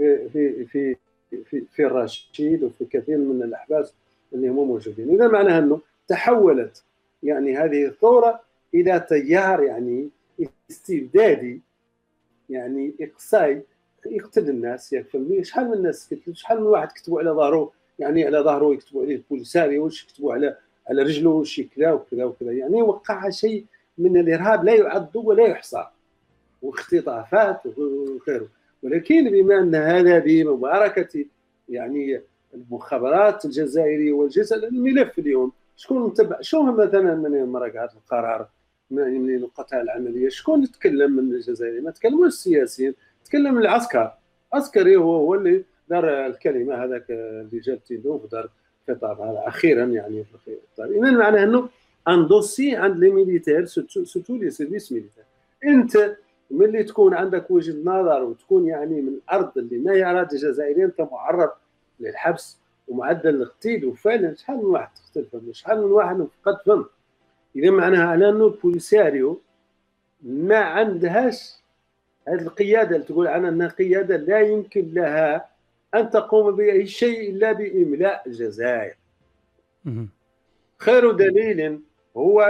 في الرشيد وفي كثير من الاحباس اللي هم موجودين. اذا معناها انه تحولت يعني هذه الثوره الى تيار يعني استبدادي، يعني اقصائي، يقتل الناس. يكفي شحال من الناس قتلوا، شحال من واحد كتبوا على ظهره، يعني على ظهره يكتبوا عليه البوليساري، واش يكتبوا على رجله شي كذا وكذا وكذا. يعني وقع شيء من الارهاب لا يعد ولا يحصى، واختطافات وغيره. ولكن بما ان هذا بمباركه يعني المخابرات الجزائريه والجزائر الملف اليوم، شكون متبع؟ شكون مثلا من مراجعه القرار، من القطاع العمليه، شكون يتكلم من الجزائري؟ ما تكلموش السياسيين، تكلم العسكر. عسكري هو اللي دار الكلمه، هذاك اللي جاب تيندوف ودار خطاب هذا اخيرا يعني في الخطاب. اذا معناه انه ان دوسي عند لي ميليتير، سورتو لي سيرفيس ميليتير. انت ملي تكون عندك وجهه نظر وتكون يعني من الارض اللي ما يراد الجزائريين، انت معرض للحبس ومعدل الاغتيال. وفعلا شحال من واحد تقتل، شحال من واحد فقد فم. اذا معناها على انه البوليساريو ما عندهاش هذه القياده اللي تقول عنها انها قياده لا يمكن لها ان تقوم باي شيء الا باملاء الجزائر. خير دليل هو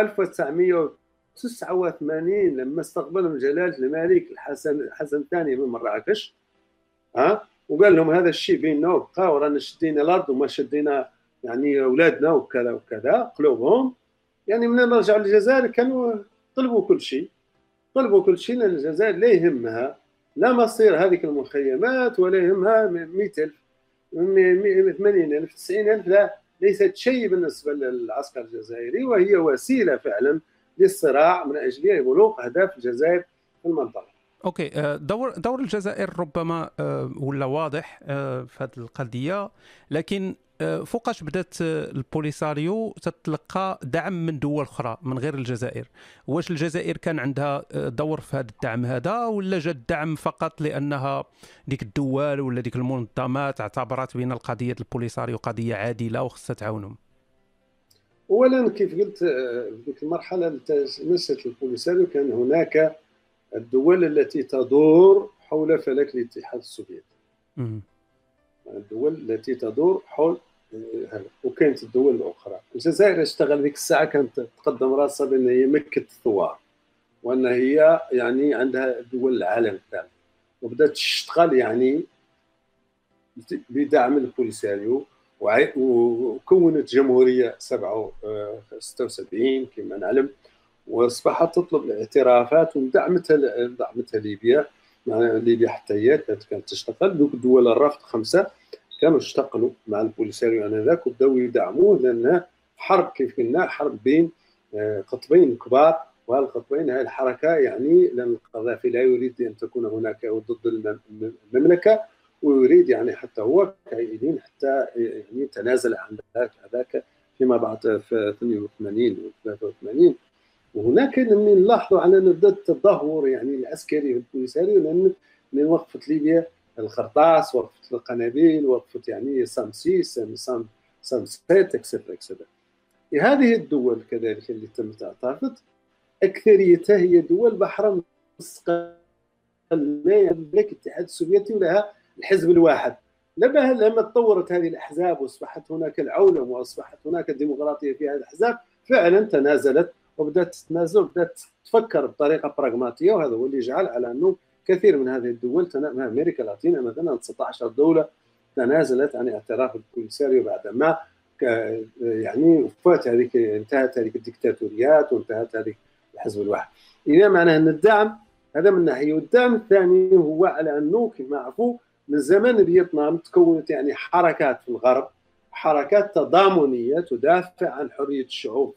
1989 لما استقبلهم جلاله الملك الحسن الثاني من مراكش، وقال لهم هذا الشيء بيننا وبقى، ورانا شدينا الارض وما شدينا يعني اولادنا وكذا وكذا قلوبهم. يعني من رجعوا للجزائر كانوا طلبوا كل شيء، لان الجزائر لا يهمها لا مصير هذه المخيمات، ولا يهمها 100,000 80,000 90,000. لا، ليست شيء بالنسبه للعسكر الجزائري، وهي وسيله فعلا للصراع من اجل بلوغ اهداف الجزائر في المنطقه. اوكي. دور الجزائر ربما ولا واضح في هذه القضيه، لكن فوقاش بدات البوليساريو تتلقى دعم من دول اخرى من غير الجزائر؟ واش الجزائر كان عندها دور في هذا الدعم هذا، ولا جا الدعم فقط لانها ديك الدول ولا ديك المنظمات اعتبرت بان القضيه البوليساريو قضيه عادله وخصها تعاونهم؟ اولا كيف قلت في ذيك المرحله نشاه البوليساريو كان هناك الدول التي تدور حول فلك الاتحاد السوفيتي، الدول التي تدور حول هذا، وكانت الدول الاخرى. الجزائر اشتغل ذيك الساعه كانت تقدم راسها بان هي مكه الثوار، وان هي يعني عندها دول العالم كامل، وبدات تشتغل يعني بدعم البوليساريو، وكونت جمهوريه 76 كما نعلم، واصبحت تطلب الاعترافات، ودعمتها ليبيا. ليبيا حتى هي كانت تشتغل. دوك دول الرفض 5 كانوا اشتغلوا مع البوليساريو انذاك، وبداوا يدعموه، لان حرب كيف قلنا حرب بين قطبين كبار والقطبين هذه الحركة يعني لأن القذافي لا يريد أن تكون هناك ضد المملكة، ويريد يعني حتى هو كايدين حتى يعني تنازل عن ذاك فيما بعد في 82 و 83. وهناك نلاحظوا على نبدا التدهور يعني العسكري والبوليساري، لان من وقفت ليبيا الخرطاس، وقفت القنابل، وقفت يعني سامسيس سامسيت اكسترا اكسترا. هذه الدول كذلك اللي تم تعاطفت اكثريتها هي دول بحر مستقله، الاتحاد السوفيتي ولها الحزب الواحد. لما تطورت هذه الاحزاب واصبحت هناك العولمه واصبحت هناك الديمقراطيه في هذه الاحزاب، فعلا تنازلت وبدات تتنازل وبدات تفكر بطريقه براغماتيه، وهذا هو اللي جعل على انه كثير من هذه الدول امريكا اللاتينيه مثلا 19 دوله تنازلت عن اعتراف البوليساريو بعدما يعني انتهت هذه الدكتاتوريات وانتهت هذه الحزب الواحد. اذا معناه ان الدعم هذا من ناحيه، والدعم الثاني هو على انه كما نعرفوا من زمان فيتنام تكونت يعني حركات في الغرب، حركات تضامنيه تدافع عن حريه الشعوب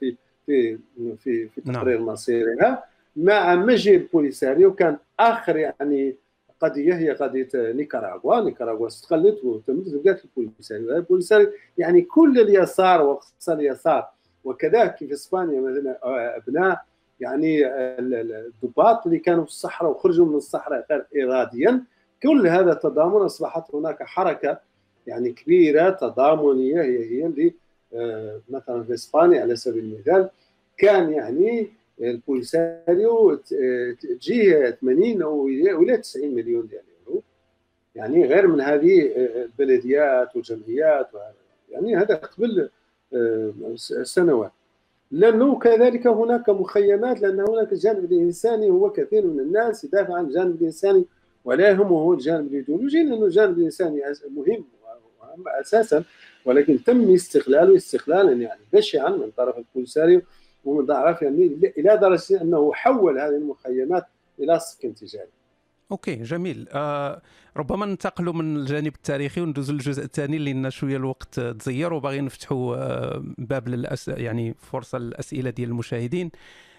في تقرير مصيرها، مع مجيء البوليساريو كان اخر يعني قضيه هي قضيه نيكاراغوا استقلت وتمت وجات البوليساريو يعني كل اليسار واقصى اليسار، وكذلك في اسبانيا مثلا ابناء يعني الضباط اللي كانوا في الصحراء وخرجوا من الصحراء غير اراديا، كل هذا تضامن اصبحت هناك حركه يعني كبيره تضامنيه هي اللي مثلا في اسبانيا على سبيل المثال كان يعني البوليساريو تجيه 80 ولا 90 مليون ديال اليورو، يعني غير من هذه البلديات والجمعيات، يعني هذا قبل سنوات. لانه كذلك هناك مخيمات، لان هناك الجانب الانساني، هو كثير من الناس يدافع عن الجانب الانساني ولا يهمه الجانب الايديولوجي، لانه الجانب الانساني مهم اساسا، ولكن تم استغلاله استغلالا يعني بشعا من طرف البوليساريو ومن طرف يعني الى درجه انه حول هذه المخيمات الى سكن تجاري. اوكي جميل. ربما ننتقلوا من الجانب التاريخي وندوزوا للجزء الثاني لان شويه الوقت تزير وباغي نفتحوا باب يعني فرصه للاسئله ديال المشاهدين.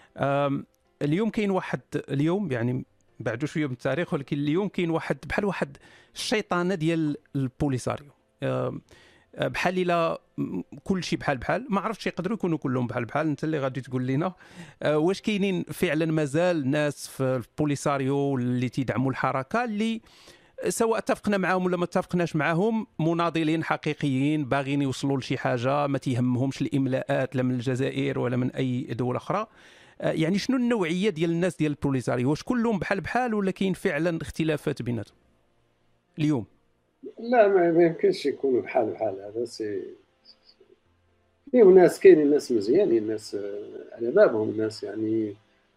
اليوم كاين واحد، اليوم يعني بعدو شويه من التاريخ، ولكن اليوم كاين واحد بحال واحد الشيطانه ديال البوليساريو، بحال الا كل شيء بحال ما عرفتش يقدروا يكونوا كلهم بحال انت اللي غادي تقول لنا. واش كاينين فعلا مازال ناس في البوليساريو اللي تيدعموا الحركه، اللي سواء اتفقنا معهم ولا ما اتفقناش معهم مناضلين حقيقيين باغيين يوصلوا لشي حاجه، ما تيهمهمش الاملاءات لا من الجزائر ولا من اي دوله اخرى؟ يعني شنو النوعيه ديال الناس ديال البوليساريو؟ واش كلهم بحال ولا كاين فعلا اختلافات بيناتهم اليوم؟ لا ما يمكنش يكونوا بحال هذا فيهم ناس، كاينين ناس مزيانين، ناس على بابهم، الناس يعني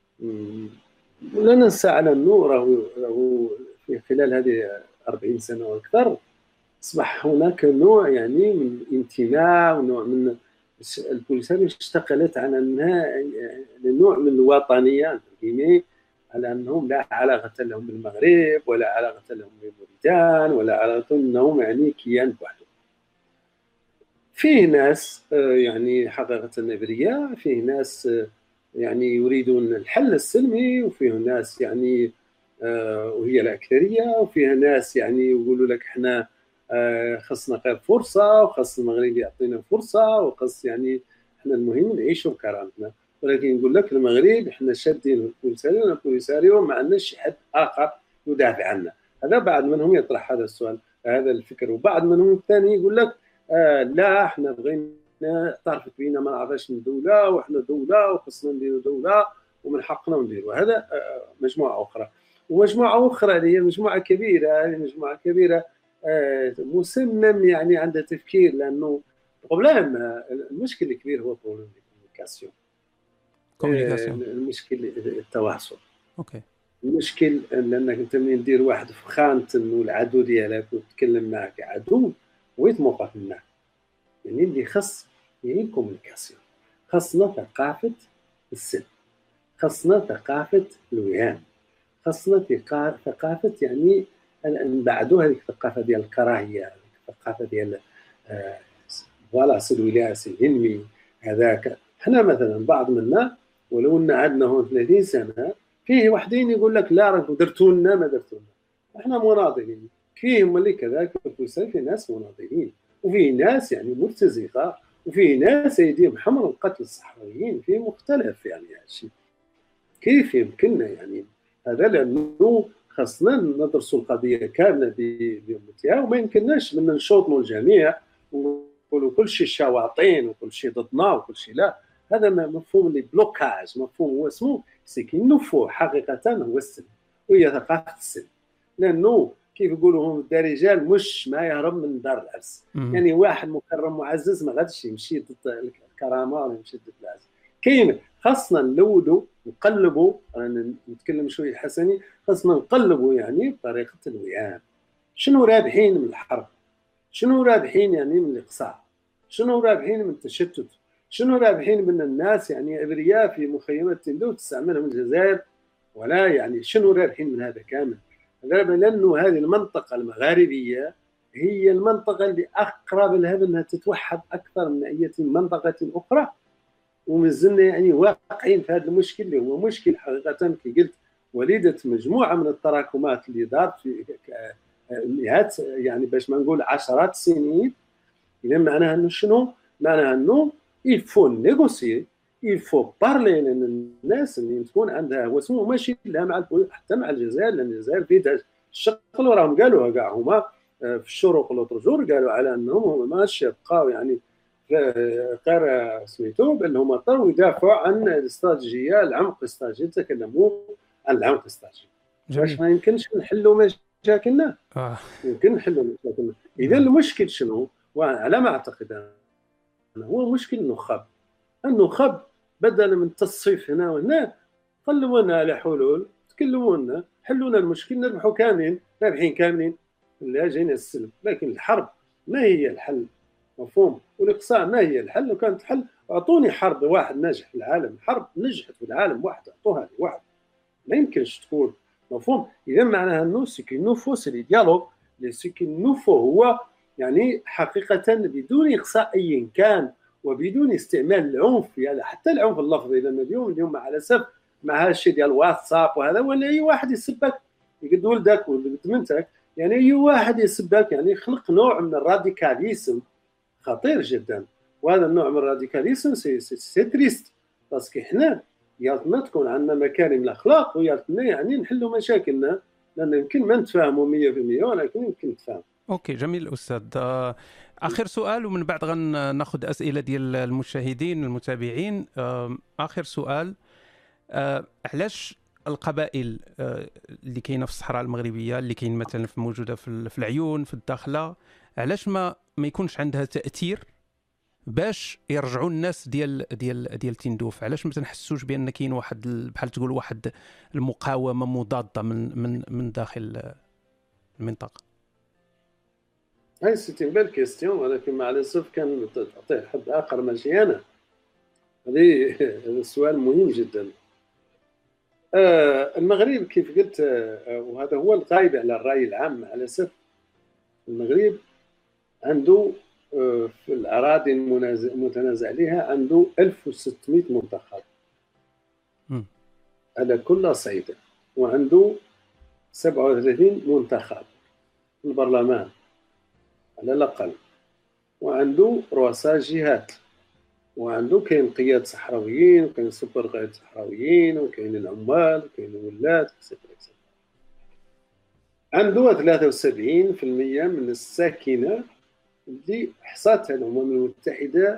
لا ننسى على انه راهو في خلال هذه 40 سنه واكثر اصبح هناك نوع يعني من الانتماء ونوع من البوليساريو اشتغلت على انها نوع من الوطنيه، على انهم لا علاقه لهم بالمغرب ولا علاقه لهم بموريتان ولا علاقه انهم يعني كيان بوحده. فيه ناس يعني حقيقه ابرياء، فيه ناس يعني يريدون الحل السلمي، وفيه ناس يعني وهي الاكثريه، وفيها ناس يعني يقولوا لك احنا خصنا غير فرصه، وخص المغرب يعطينا فرصه، وخص يعني احنا المهم نعيشوا بكرامتنا. ولكن نقول لك المغرب احنا شادين البوليساريو ما عندناش حد اخر يدافع عنا. هذا بعض منهم يطرح هذا السؤال، هذا الفكر، وبعض منهم الثاني يقول لك لا احنا بغينا اعترفت بينا ما نعرفش من دوله، واحنا دوله وخصنا نديروا دوله ومن حقنا نديروا. هذا مجموعه اخرى. ومجموعه اخرى اللي هي مجموعه كبيره، هذه مجموعه كبيره مسمم يعني عندها تفكير، لانه بروبليم المشكل الكبير هو بروبليم كوميونيكاسيون، المشكل التواصل. اوكي. المشكل لانك انت من دير واحد في خانه انه العدو ديالك وتكلم معك عدو ويتموقف معك، يعني اللي خص يعني كوميونيكاسيون، خصنا ثقافه السلم، خصنا ثقافه الوهام، خصنا ثقافه يعني نبعدوا هذيك الثقافه ديال الكراهيه، الثقافه ديال فوالا سي الولاء سي الهلمي هذاك. حنا مثلا بعض منا ولو ان عندنا هون 30 سنه فيه وحدين يقول لك لا راكم درتوا لنا ما درتوا لنا. احنا مناضلين فيهم اللي كذلك في ناس مناضلين، وفي ناس يعني مرتزقه، وفي ناس ايديهم حمر قتل الصحراويين، في مختلف يعني هالشيء. كيف يمكننا يعني هذا؟ لانه خاصنا ندرسوا القضيه كامله بأمتها، وما يمكنناش من نشوطوا الجميع ونقولوا كل شيء شواطين وكل شيء ضدنا وكل شيء لا. هذا مفهوم اللي بلوكاج، مفهوم هو اسمه سيكي نفو حقيقه هو السلم، وهي ثقافه السلم. لانه كيف يقولوا هم الرجال مش ما يهرب من دار العرس. يعني واحد مكرم معزز ما غاديش يمشي ضد الكرامه ولا يمشي ضد العز. كاين خاصنا نلودوا نقلبوا، انا نتكلم شويه حسني، خاصنا نقلبوا يعني بطريقه الوئام. شنو رابحين من الحرب؟ شنو رابحين يعني من الاقصاء؟ شنو رابحين من التشتت؟ شنو رابحين من الناس يعني ابرياء في مخيمات تندو تستعملهم الجزائر؟ ولا يعني شنو رابحين من هذا كامل؟ لانه هذه المنطقه المغاربيه هي المنطقه اللي اقرب لها انها تتوحد اكثر من اي منطقه اخرى. ومازلنا يعني واقعين في هذا المشكل اللي هو مشكل حقيقه كي قلت وليده مجموعه من التراكمات اللي دارت في مئات يعني باش ما نقول عشرات السنين. اذا معناها انه شنو؟ معناها انه يفو نيغوسي، يفو بارلي للناس اللي تكون عندها وسمو ماشي لا مع حتى مع الجزائر، لان الجزائر فيها الشغل. وراهم قالوها كاع هما في الشروق لوطر جور، قالوا على انهم ماشي يبقاو يعني غير سميتو بانهم اضطروا يدافعوا عن الاستراتيجيه العمق الاستراتيجي، تكلموا عن العمق الاستراتيجي. واش ما يمكنش نحلوا مشاكلنا؟ يمكن نحلوا مشاكلنا. اذا المشكل شنو؟ وعلى ما اعتقد أنا هو مشكل النخب. النخب بدلا من التصفيف هنا وهنا قلبوا لنا على حلول، تكلموا لنا، حلوا لنا المشكل، نربحوا كاملين، رابحين كاملين. لا جينا السلم، لكن الحرب ما هي الحل، مفهوم؟ والاقصاء ما هي الحل؟ لو كانت الحل اعطوني حرب واحد ناجح في العالم، حرب نجحت في العالم واحد اعطوها لي واحد، ما يمكنش تكون، مفهوم؟ اذا معناها انه سكي نوفو سي ديالوغ، سكي نوفو هو يعني حقيقه بدون اقصاء ايا كان وبدون استعمال العنف، يعني حتى العنف اللفظي. لان اليوم مع الاسف مع هالشيء ديال الواتساب وهذا، ولا اي واحد يسبك يقد ولدك ولد بنتك، يعني اي واحد يسبك يعني يخلق نوع من الراديكاليسم خطير جدا. وهذا النوع من الراديكاليسم سي تريست، باسكو حنا يالتنا تكون عندنا مكارم الاخلاق، ويالتنا يعني نحلوا مشاكلنا، لان يمكن ما نتفاهموا 100% ولكن يمكن نتفاهم. اوكي جميل استاذ. اخر سؤال ومن بعد غناخذ اسئله ديال المشاهدين المتابعين. اخر سؤال، علاش القبائل اللي كاينه في الصحراء المغربيه، اللي كاين مثلا موجوده في العيون في الداخله، علاش ما يكونش عندها تاثير باش يرجعوا الناس ديال تندوف؟ علاش ما تنحسوش بان كاين واحد بحال تقول واحد المقاومه مضاده من داخل المنطقه؟ هاي سيتي بال كيستيون، ولكن مع الاسف كان تعطيه حد اخر ماشي انا. هذا السؤال مهم جدا. المغرب كيف قلت، وهذا هو الغايب على الراي العام مع الاسف، المغرب عنده في الاراضي المتنازع عليها عنده 1600 منتخب على كل صعيد، وعنده 37 منتخب في البرلمان على الاقل، وعنده رؤساء جهات، وعنده كاين قياد صحراويين، وكاين سوبر قياد صحراويين، وكاين العمال، وكاين الولاد، عنده 73% من الساكنه اللي حصاتها الامم المتحده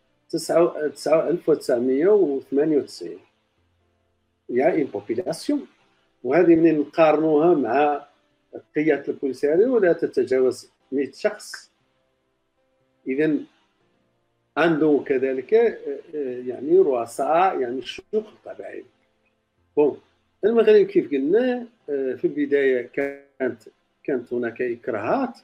1998 يعني بوبيلاسيون. وهذه من نقارنوها مع قيادة البوليساريو لا تتجاوز 100 شخص. إذا عنده كذلك يعني رؤساء يعني شيوخ القبائل. بون المغرب كيف قلنا في البداية كانت هناك إكراهات،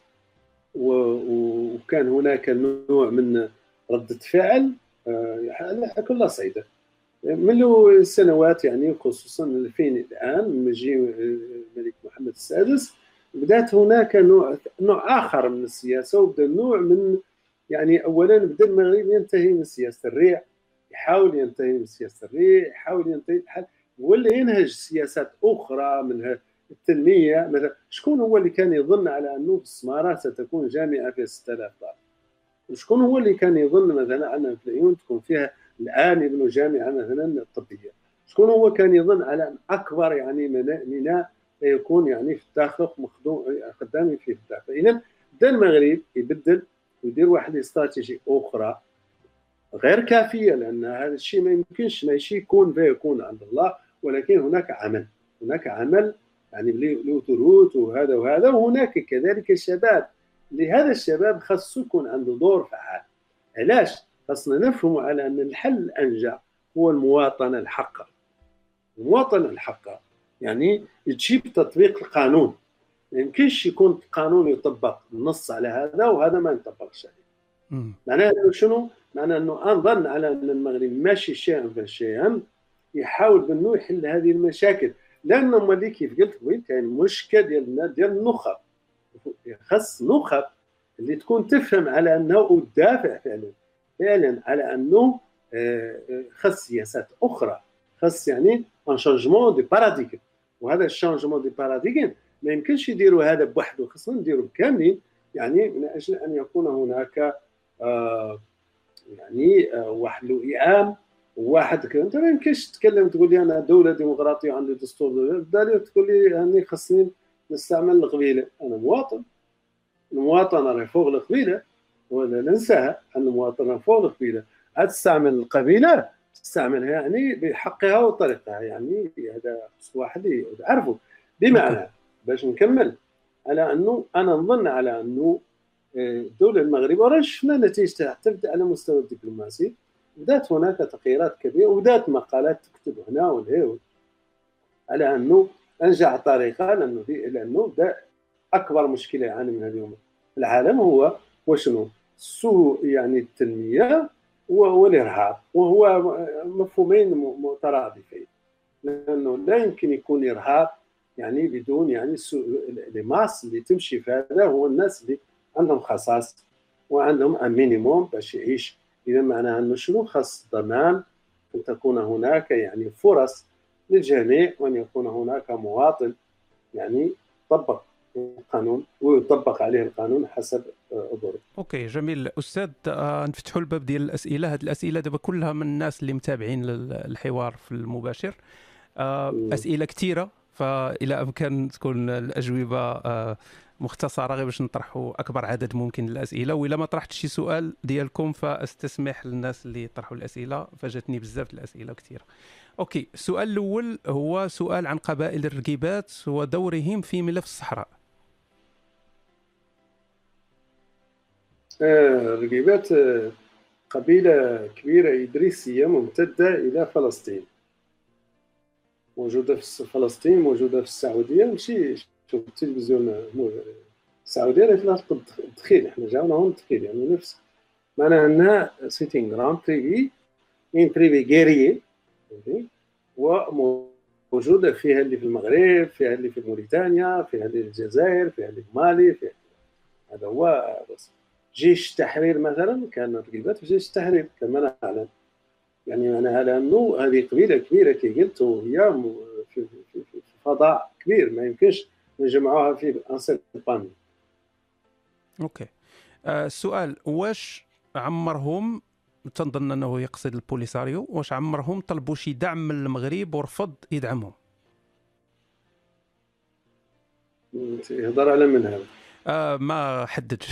وكان هناك نوع من ردة فعل على كل صعيد منذ السنوات، يعني خصوصا 2000 الآن من مجيء الملك محمد السادس بدأت هناك نوع آخر من السياسة، وبدأ نوع من يعني أولا بدأ المغرب ينتهي من سياسة الريع يحاول ينتهي من سياسة الريع، يحاول ينتهي ولا ينهج سياسات أخرى من التنمية. مثلا شكون هو اللي كان يظن على أنه في السمارة ستكون جامعة فيها 6000 طالب؟ وشكون هو اللي كان يظن مثلا أن في العيون تكون فيها الآن يبنوا جامعة مثلا طبية؟ شكون هو كان يظن على أن أكبر يعني ميناء يكون يعني في الداخل خدامين فيه الداخل؟ فإذا بدا المغرب يبدل ويدير واحد الاستراتيجي أخرى غير كافية، لأن هذا الشيء ما يمكنش ماشي يكون فيكون عند الله، ولكن هناك عمل يعني له ثروت وهذا وهذا، وهناك كذلك الشباب. لهذا الشباب خاصو يكون عنده دور فعال. علاش؟ خاصنا نفهم على أن الحل الأنجع هو المواطنة الحقة. المواطنة الحقة يعني تجي بتطبيق القانون. ما يمكنش يكون القانون يطبق النص على هذا وهذا ما يطبقش عليه. معناه شنو؟ معناه انه نظن على ان المغرب ماشي شيئا فشيئا يحاول بانه يحل هذه المشاكل، لانه ملي كيف قلت قبيل كاين مشكل ديال النخب. خاص نخب اللي تكون تفهم على انه وتدافع فعلا على انه خاص سياسات اخرى، خاص يعني ان شانجمون دي باراديغم. وهذا الشانجمون دي باراديغم ما يمكنش يديروا هذا بوحده، خاصهم يديروا كاملين، يعني من اجل ان يكون هناك يعني واحد الوئام وواحد كذا. انت ما يمكنش تتكلم تقول لي انا دوله ديمقراطيه وعندي دستور دولي تقول لي اني خصني نستعمل القبيله. انا مواطن، المواطنه راه فوق القبيله ولا ننساها ان المواطنه فوق القبيله. تستعمل القبيله تستعملها يعني بحقها وطريقها، يعني هذا واحد يعرفه. بمعنى باش نكمل على انه انا نظن على انه الدولة المغربية وراه شفنا نتيجتها حتى على مستوى الدبلوماسي. بدات هناك تغييرات كبيرة وبدات مقالات تكتب هنا وهنا على أنه أنجع طريقة، لأنه بدا أكبر مشكلة يعاني منها اليوم العالم هو وشنو؟ سوء يعني التنمية والإرهاب، وهو مفهومين مترادفين، لأنه لا يمكن يكون إرهاب يعني بدون يعني لي ماس اللي تمشي في هذا هو الناس اللي عندهم خصاص وعندهم مينيموم باش يعيش. اذا معناها انه شنو خاص ضمان ان تكون هناك يعني فرص للجميع، وان يكون هناك مواطن يعني يطبق القانون ويطبق عليه القانون حسب الظروف. اوكي جميل استاذ. نفتحوا الباب ديال الاسئله. هذه الاسئله دابا كلها من الناس اللي متابعين الحوار في المباشر. اسئله كثيره، فالى امكن تكون الاجوبه مختصره غير باش نطرحوا اكبر عدد ممكن من الاسئله. والا ما طرحتش شي سؤال ديالكم فاستسمح للناس اللي طرحوا الاسئله، فجاتني بزاف الاسئله كثيره. اوكي، السؤال الاول هو سؤال عن قبائل الرقيبات ودورهم في ملف الصحراء. الرقيبات قبيله كبيره ادريسيه ممتده الى فلسطين، موجوده في فلسطين، موجوده في السعوديه. ماشي شوف التلفزيون السعوديه اللي فيها الدخيل، احنا جاونا هون الدخيل يعني نفس معناها انها سيتين غران بريفي ان بريفي غيري، وموجوده فيها اللي في المغرب، فيها اللي في موريتانيا، فيها اللي في الجزائر، فيها اللي في مالي، فيها هذا هو. بس جيش التحرير مثلا كان رقيبات في جيش التحرير كما نعلم، يعني معناها لانه هذه قبيله كبيره كي قلت، وهي في فضاء كبير ما يمكنش نجمعوها في انسيل بان. اوكي. السؤال، واش عمرهم، تنظن انه يقصد البوليساريو، واش عمرهم طلبوا شي دعم من المغرب ورفض يدعمهم؟ يهضر على من هذا؟ ما حددش.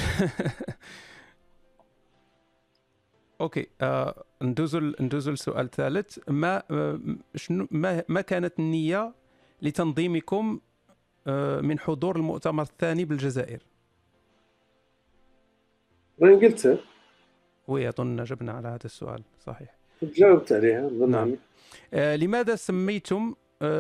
اوكي. ندوزو للسؤال الثالث. ما كانت النية لتنظيمكم من حضور المؤتمر الثاني بالجزائر؟ وين قلتها؟ وي اظن جبنا على هذا السؤال صحيح. جاوبت عليها. نعم. لماذا سميتم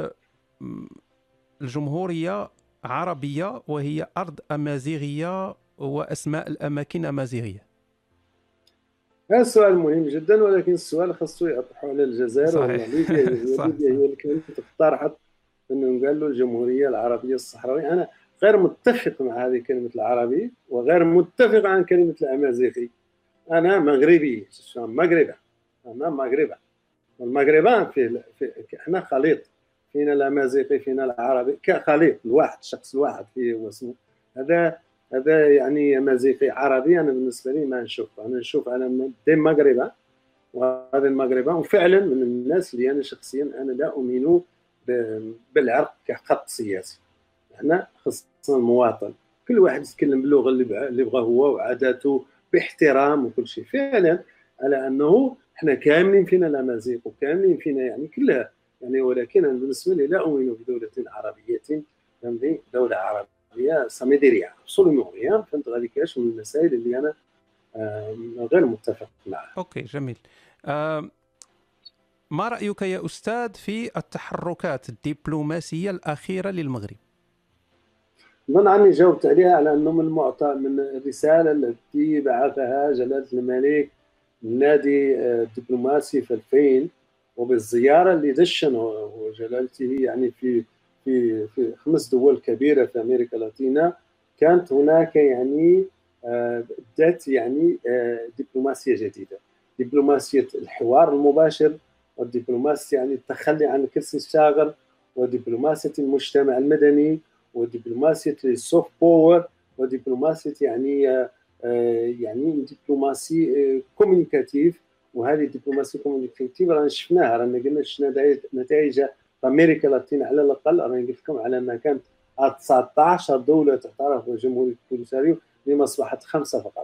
الجمهورية عربية وهي أرض أمازيغية وأسماء الأماكن أمازيغية؟ هذا سؤال مهم جدا، ولكن السؤال خاصو يطرحوا على الجزائر ولا ليبيا. ليبيا هي اللي كانت اقترحت انه قال له الجمهوريه العربيه الصحراويه. انا غير متفق مع هذه كلمه العربي وغير متفق عن كلمه الامازيغي. انا مغربي، مغربي أنا مغربة، والمغربان احنا خليط، فينا الامازيغي فينا العربي كخليط الواحد، الشخص الواحد فيه واسمه هذا يعني امازيغي عربي. انا بالنسبه لي ما نشوف، انا نشوف انا دي مغربه، وهذا المغربان، وفعلا من الناس اللي انا شخصيا انا لا اؤمن بالعرق كخط سياسي. احنا خصنا المواطن، كل واحد يتكلم باللغه اللي بغى هو وعاداته باحترام وكل شيء فعلا، على انه احنا كاملين فينا الامازيغ وكاملين فينا يعني كلها يعني. ولكن انا بالنسبه لي لا اؤمن بدوله عربيه، فهمتني؟ دوله عربيه ساميديريا ابسولومون ريان. فهمت هذه كاش من المسائل اللي انا غير متفق معها. اوكي جميل. ما رأيك يا أستاذ في التحركات الدبلوماسية الأخيرة للمغرب؟ أظن أني جاوبت عليها، على أنه من الرسالة التي بعثها جلالة الملك النادي الدبلوماسي في 2000، وبالزيارة اللي دشن جلالته يعني في 5 دول كبيرة في أمريكا اللاتينية، كانت هناك يعني بدات يعني دبلوماسية جديدة، دبلوماسية الحوار المباشر، والدبلوماسية يعني التخلي عن الكرسي الشاغر، ودبلوماسية المجتمع المدني، ودبلوماسية السوفت باور، ودبلوماسية يعني دبلوماسي كوميونيكاتيف. وهذه الدبلوماسي كوميونيكاتيف رانا شفناها، رانا قلنا شفنا نتائج في امريكا اللاتينيه على الاقل. رانا قلت لكم على انها كانت 19 دوله تعترف بجمهوريه البوليساريو، لما اصبحت 5 فقط.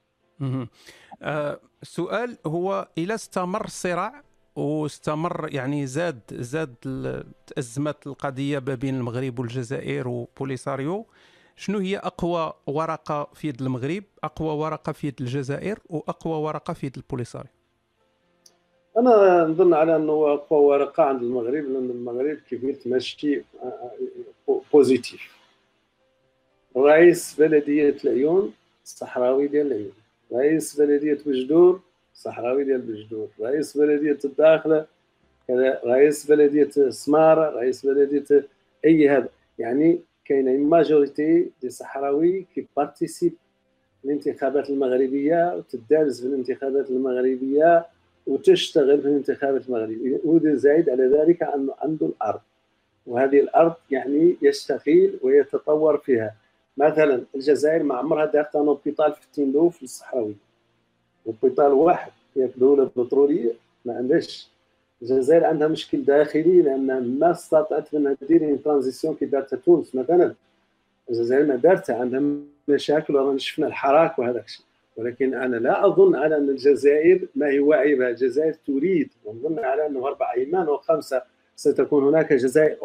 السؤال هو إذا استمر الصراع واستمر يعني زاد أزمة القضية بين المغرب والجزائر وبوليساريو، شنو هي أقوى ورقة في يد المغرب، أقوى ورقة في يد الجزائر، وأقوى ورقة في يد البوليساريو؟ أنا نظن على أنه أقوى ورقة عند المغرب، لأن المغرب كيف قلت ماشي بوزيتيف. رئيس بلدية العيون صحراوي ديال العيون، رئيس بلدية بجدور صحراوي ديال بجدور، رئيس بلدية الداخلة كذا، رئيس بلدية سمارة، رئيس بلدية أي هذا. يعني كاينه ماجوريتي دي صحراوي كي بارتيسيب الانتخابات المغربيه وتدارس في الانتخابات المغربيه وتشتغل في الانتخابات المغربيه، وزايد على ذلك انه عنده الارض، وهذه الارض يعني يستغيل ويتطور فيها. مثلا الجزائر ما عمرها دارت ان اوبيتال في تندوف للصحراوي، اوبيتال واحد، هي دوله بتروليه ما عندهاش. الجزائر عندها مشكل داخلي لانها ما استطاعت انها دير ترانزيسيون كي دارتها تونس مثلا. الجزائر ما دارتها، عندها مشاكل ورانا شفنا الحراك وهذا الشيء. ولكن انا لا اظن على ان الجزائر ما هي واعيه بها. الجزائر تريد، ونظن على انه 4 ايمان و5 ستكون هناك جزائر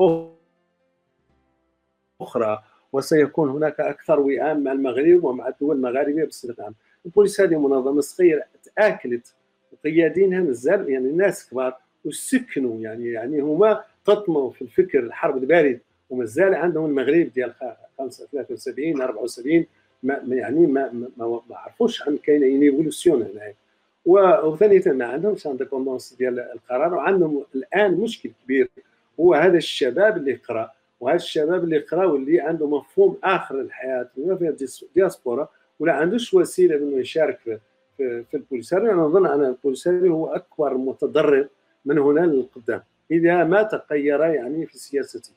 اخرى، وسيكون هناك اكثر وئام مع المغرب ومع الدول المغاربيه بصفه عامه. البوليساريو منظمه صغيره تاكلت وقيادينها مازال يعني ناس كبار وسكنوا يعني هما تطموا في الفكر الحرب البارد، ومازال عندهم المغرب ديال 73 74 ما عرفوش عن كاين ايفولوسيون هنايا. وثانيا ما عندهمش اندبوندونس ديال القرار، وعندهم الان مشكل كبير هو هذا الشباب اللي يقرا، وهذا الشباب اللي يقرا واللي عنده مفهوم اخر للحياه، ما فيها دياسبورا ولا عندوش وسيله انه يشارك في البوليساريو. انا اظن ان البوليساريو هو اكبر متضرر من هنا للقدام اذا ما تغير يعني في سياسته.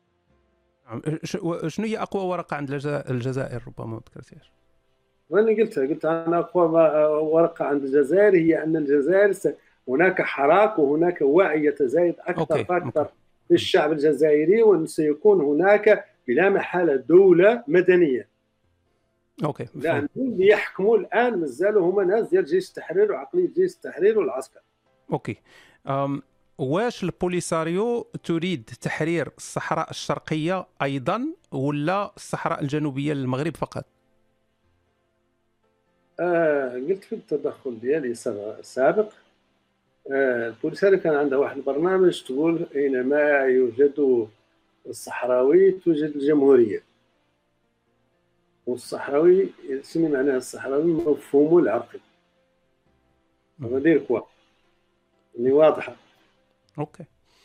شنو هي اقوى ورقه عند الجزائر؟ ربما ما ذكرتيهاش. وانا قلت انا اقوى ورقه عند الجزائر هي ان الجزائر هناك حراك وهناك وعي يتزايد اكثر فاكثر في الشعب الجزائري، وان سيكون هناك بلا محاله دوله مدنيه. اوكي لان اللي يحكموا الان مازالوا هما ناس ديال جيش التحرير وعقليه جيش التحرير والعسكر. اوكي. واش البوليساريو تريد تحرير الصحراء الشرقيه ايضا ولا الصحراء الجنوبيه للمغرب فقط؟ قلت في التدخل ديالي السابق، البوليساريو كان عندها واحد البرنامج تقول اينما يوجد الصحراوي توجد الجمهوريه. والصحراوي شنو معناه الصحراوي؟ مفهومه العرقي. غادير كوا اللي واضحه. اوكي.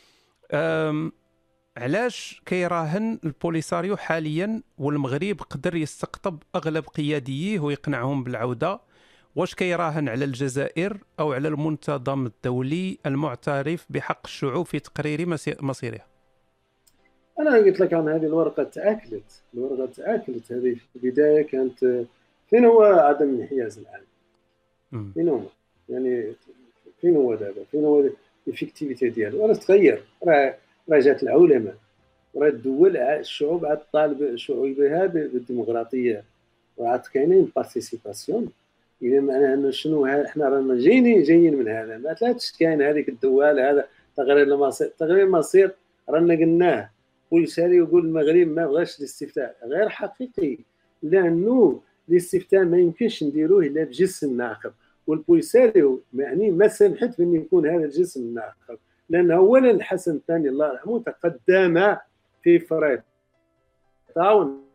علاش كيراهن البوليساريو حاليا والمغرب قدر يستقطب اغلب قياديه ويقنعهم بالعوده واش كيراهن على الجزائر أو على المنتظم الدولي المعترف بحق الشعوب في تقرير مصيرها؟ أنا قلت لك عن هذه الورقة تآكلت، هذه في البداية كانت فين هو عدم الانحياز الآن؟ فين هو؟ يعني فين هو دابا؟ فين هو الإفكتيفيتي ديالو؟ راه تغير، راه جات العولمة، راه الدول الشعوب عاد طالب شعوبها بالديمقراطية، وعاد كاينين بارتيسيباسيون. إذا معناها أنه شنو احنا رانا جايين من هذا، ما ثلاثش كاين هذيك الدول، هذا تغيير المصير رانا قلناه. بوليساريو يقول المغرب ما بغاش الاستفتاء، غير حقيقي، لانه الاستفتاء ما يمكنش نديروه الا بجسم ناخب، والبوليساريو يعني ما سمحت بان يكون هذا الجسم الناخب، لان اولا الحسن الثاني الله يرحمه تقدم في فريق طاون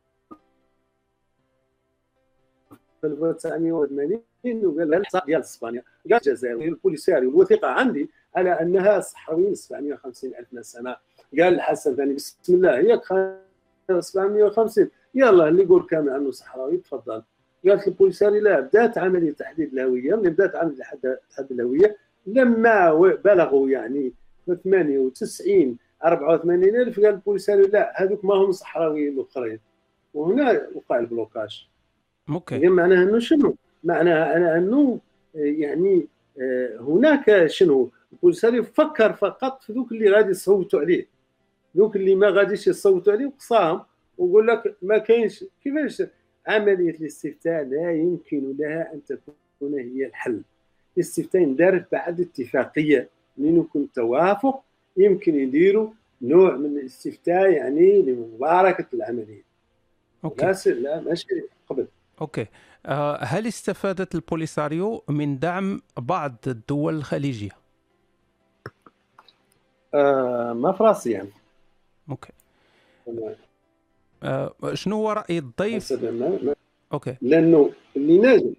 في 1980 وقال لها الحصار ديال اسبانيا، قال الجزائر البوليساريو الوثيقه عندي على انها صحراويين 750 الف سنه. قال الحسن الثاني بسم الله هي 750، يلا اللي يقول كامل عنه صحراوي تفضل. قالت البوليساري لا، بدات عمليه تحديد الهويه، من بدات عمليه تحديد الهويه لما بلغوا يعني 98 84 الف، قال البوليساري لا هذوك ما هم صحراويين الاخرين، وهنا وقع البلوكاج. اوكي. معناها انه شنو؟ معناها انه يعني هناك شنو؟ البوليساري فكر فقط في ذوك اللي غادي يصوتوا عليه، ذوك اللي ما غاديش يصوتوا عليه وقصاهم، ويقول لك ما كاينش. كيفاش عمليه الاستفتاء لا يمكن لها ان تكون هي الحل؟ الاستفتاء يندار بعد اتفاقيه، من يكون توافق يمكن يديروا نوع من الاستفتاء يعني لمباركه العمليه. اوكي. لا ماشي قبل. اوكي. هل استفادت البوليساريو من دعم بعض الدول الخليجيه؟ ما في راسي يعني. اوكي. شنو هو رأي الضيف؟ اوكي. لانه اللي ناجح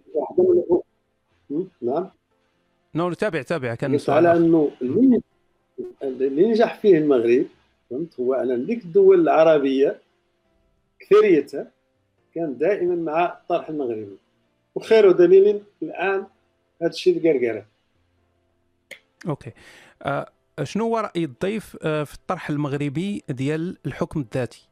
نعم تابع كان قلت على انه اللي نجح فيه المغرب، فهمت، هو على ذيك الدول العربيه كثيريتها كان دائما مع الطرح المغربي، وخير دليل الان هذا الشيء القرقره. اوكي. شنو هو رأي الضيف في الطرح المغربي ديال الحكم الذاتي؟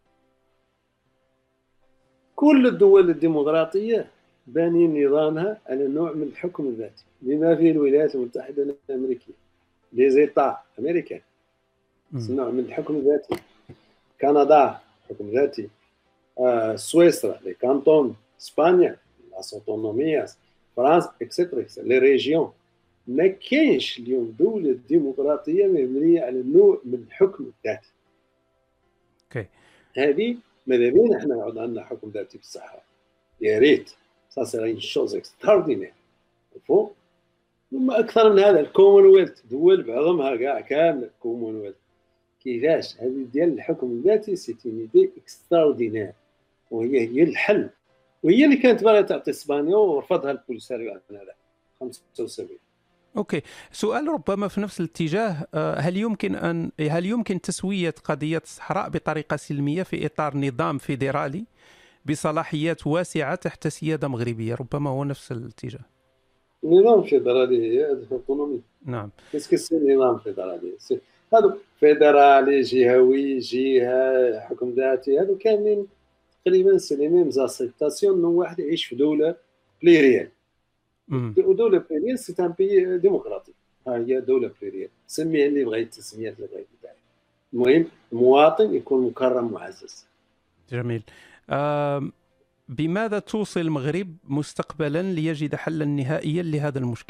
كل الدول الديمقراطيه باني نظامها على نوع من الحكم الذاتي، بما فيه الولايات المتحده الامريكيه، لي زيتا امريكان نوع من الحكم الذاتي، كندا حكم ذاتي، سويسرا لي كانتون، اسبانيا لاس اوتونومياس، فرنسا اكسترا لي ريجيون. ما كاينش اليوم دوله ديمقراطيه مبنيه على نوع من الحكم الذاتي. اوكي. هذه ماذا بينا احنا نعود عندنا حكم ذاتي في الصحراء، يا ريت سا سيري شوز اكستراوردينير. فوق ثم اكثر من هذا الكومنولث، دول بعضمها كاع كامل الكومنولث، كيفاش هذه ديال الحكم الذاتي سي اون ايدي اكستراوردينير، وهي الحل، وهي اللي كانت باغيه تعطي اسبانيا ورفضها البوليساريو عن هذا 75. اوكي. سؤال ربما في نفس الاتجاه، هل يمكن تسوية قضية الصحراء بطريقة سلمية في إطار نظام فيدرالي بصلاحيات واسعة تحت سيادة مغربية؟ ربما هو نفس الاتجاه. نظام فيدرالي هي اوتونومي. نعم. كيسكو نظام فيدرالي، هذا فيدرالي جهوي جهه حكم ذاتي، هذو كاملين تقريبا سي لي ميم زاسيبتاسيون انه واحد يعيش في دوله بليريال. ودوله بليريال سي ان بي ديمقراطي، ها هي دوله بليريال، سميها اللي بغيت، التسميات اللي بغيت تاعي، المهم المواطن يكون مكرم معزز. جميل. بماذا توصي المغرب مستقبلا ليجد حلا نهائيا لهذا المشكل؟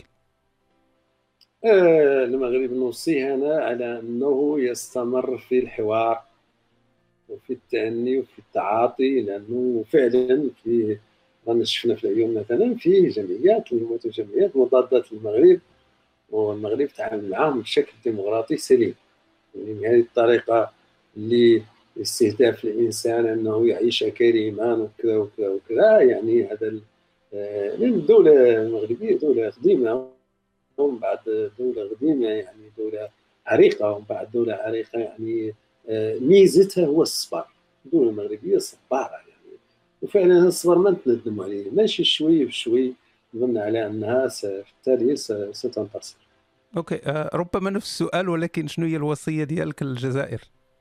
المغرب نوصيه أنا على أنه يستمر في الحوار وفي التأني وفي التعاطي، لأنه فعلا في رانا شفنا في العيون مثلا في جمعيات مضادة للمغرب، والمغرب تعامل معهم بشكل ديمقراطي سليم، يعني بهذه الطريقة لاستهداف الإنسان أنه يعيش كريما وكذا وكذا وكذا. يعني هذا الدولة المغربية دولة قديمة، ومن بعد دولة قديمة يعني دولة عريقة، ومن بعد دولة عريقة يعني ميزتها هو الصبر. الدولة المغربية صبارة يعني، وفعلا الصبر ما نتندموا عليه، ماشي شوي بشوي نظن على أنها في التالي ستنتصر. اوكي، ربما نفس السؤال، ولكن شنو هي الوصية ديالك للجزائر؟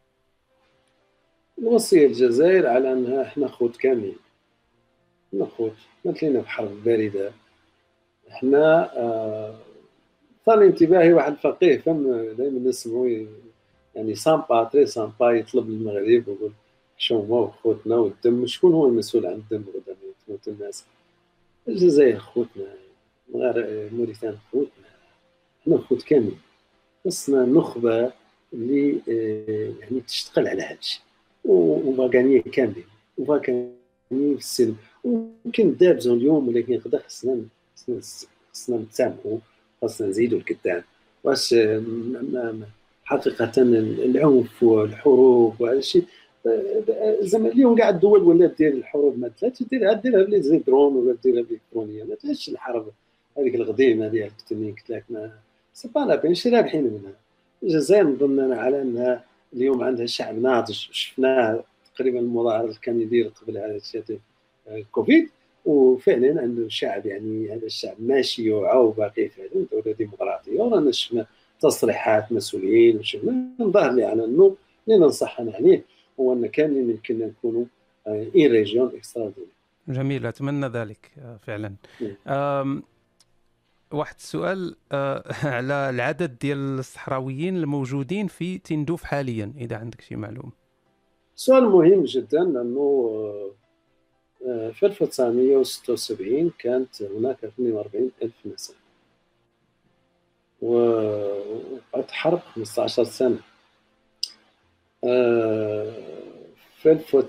الوصية للجزائر على أنها إحنا خوت كاملين، إحنا خوت، ما تلينا في حرب باردة. إحنا صار انتباهي واحد الفقيه فهم دائما نسمعوا يعني سامبا تري سامبا يطلب المغرب ويقول حشومه وخوتنا والدم، شكون هو المسؤول عن الدم غدا تموت الناس؟ الجزائر خوتنا، موريتانيا خوتنا، احنا خوت كاملين. خصنا نخبه اللي يعني تشتغل على هذا الشيء، وفاكانية كاملين، وفاكانية في السلم. ويمكن دابزون اليوم، ولكن غدا خصنا نتسامحوا، خصنا نزيدوا الكتان. واش حقيقة العنف والحروب وهذا الشيء زعما اليوم كاع الدول ولات دير الحروب، ما ديرها بلي زي درون ولا ديرها بالالكترونيه، ما تهش الحرب هذيك القديمه ديال اللي قلت لك، ما سي با لا بين، شي رابحين منها. الجزائر نظن انا على انها اليوم عندها شعب ناضج، شفناه تقريبا المظاهرات اللي كان يدير قبل هذا الكوفيد، وفعلا عنده شعب، يعني هذا الشعب ماشي يوعى وباقي فعلا دوله ديمقراطيه. ورانا شفنا تصريحات مسؤولين، وشفنا نظهر لي على انه اللي ننصح انا عليه هو ان كاملين يمكننا نكونوا اي ريجيون اكستراordinaire. جميل، اتمنى ذلك فعلا. واحد السؤال على العدد ديال الصحراويين الموجودين في تندوف حاليا، اذا عندك شي معلومه. سؤال مهم جدا، لانه في 1976 كانت هناك 42 ألف نسمة، وقعدت حرب 15 سنة. في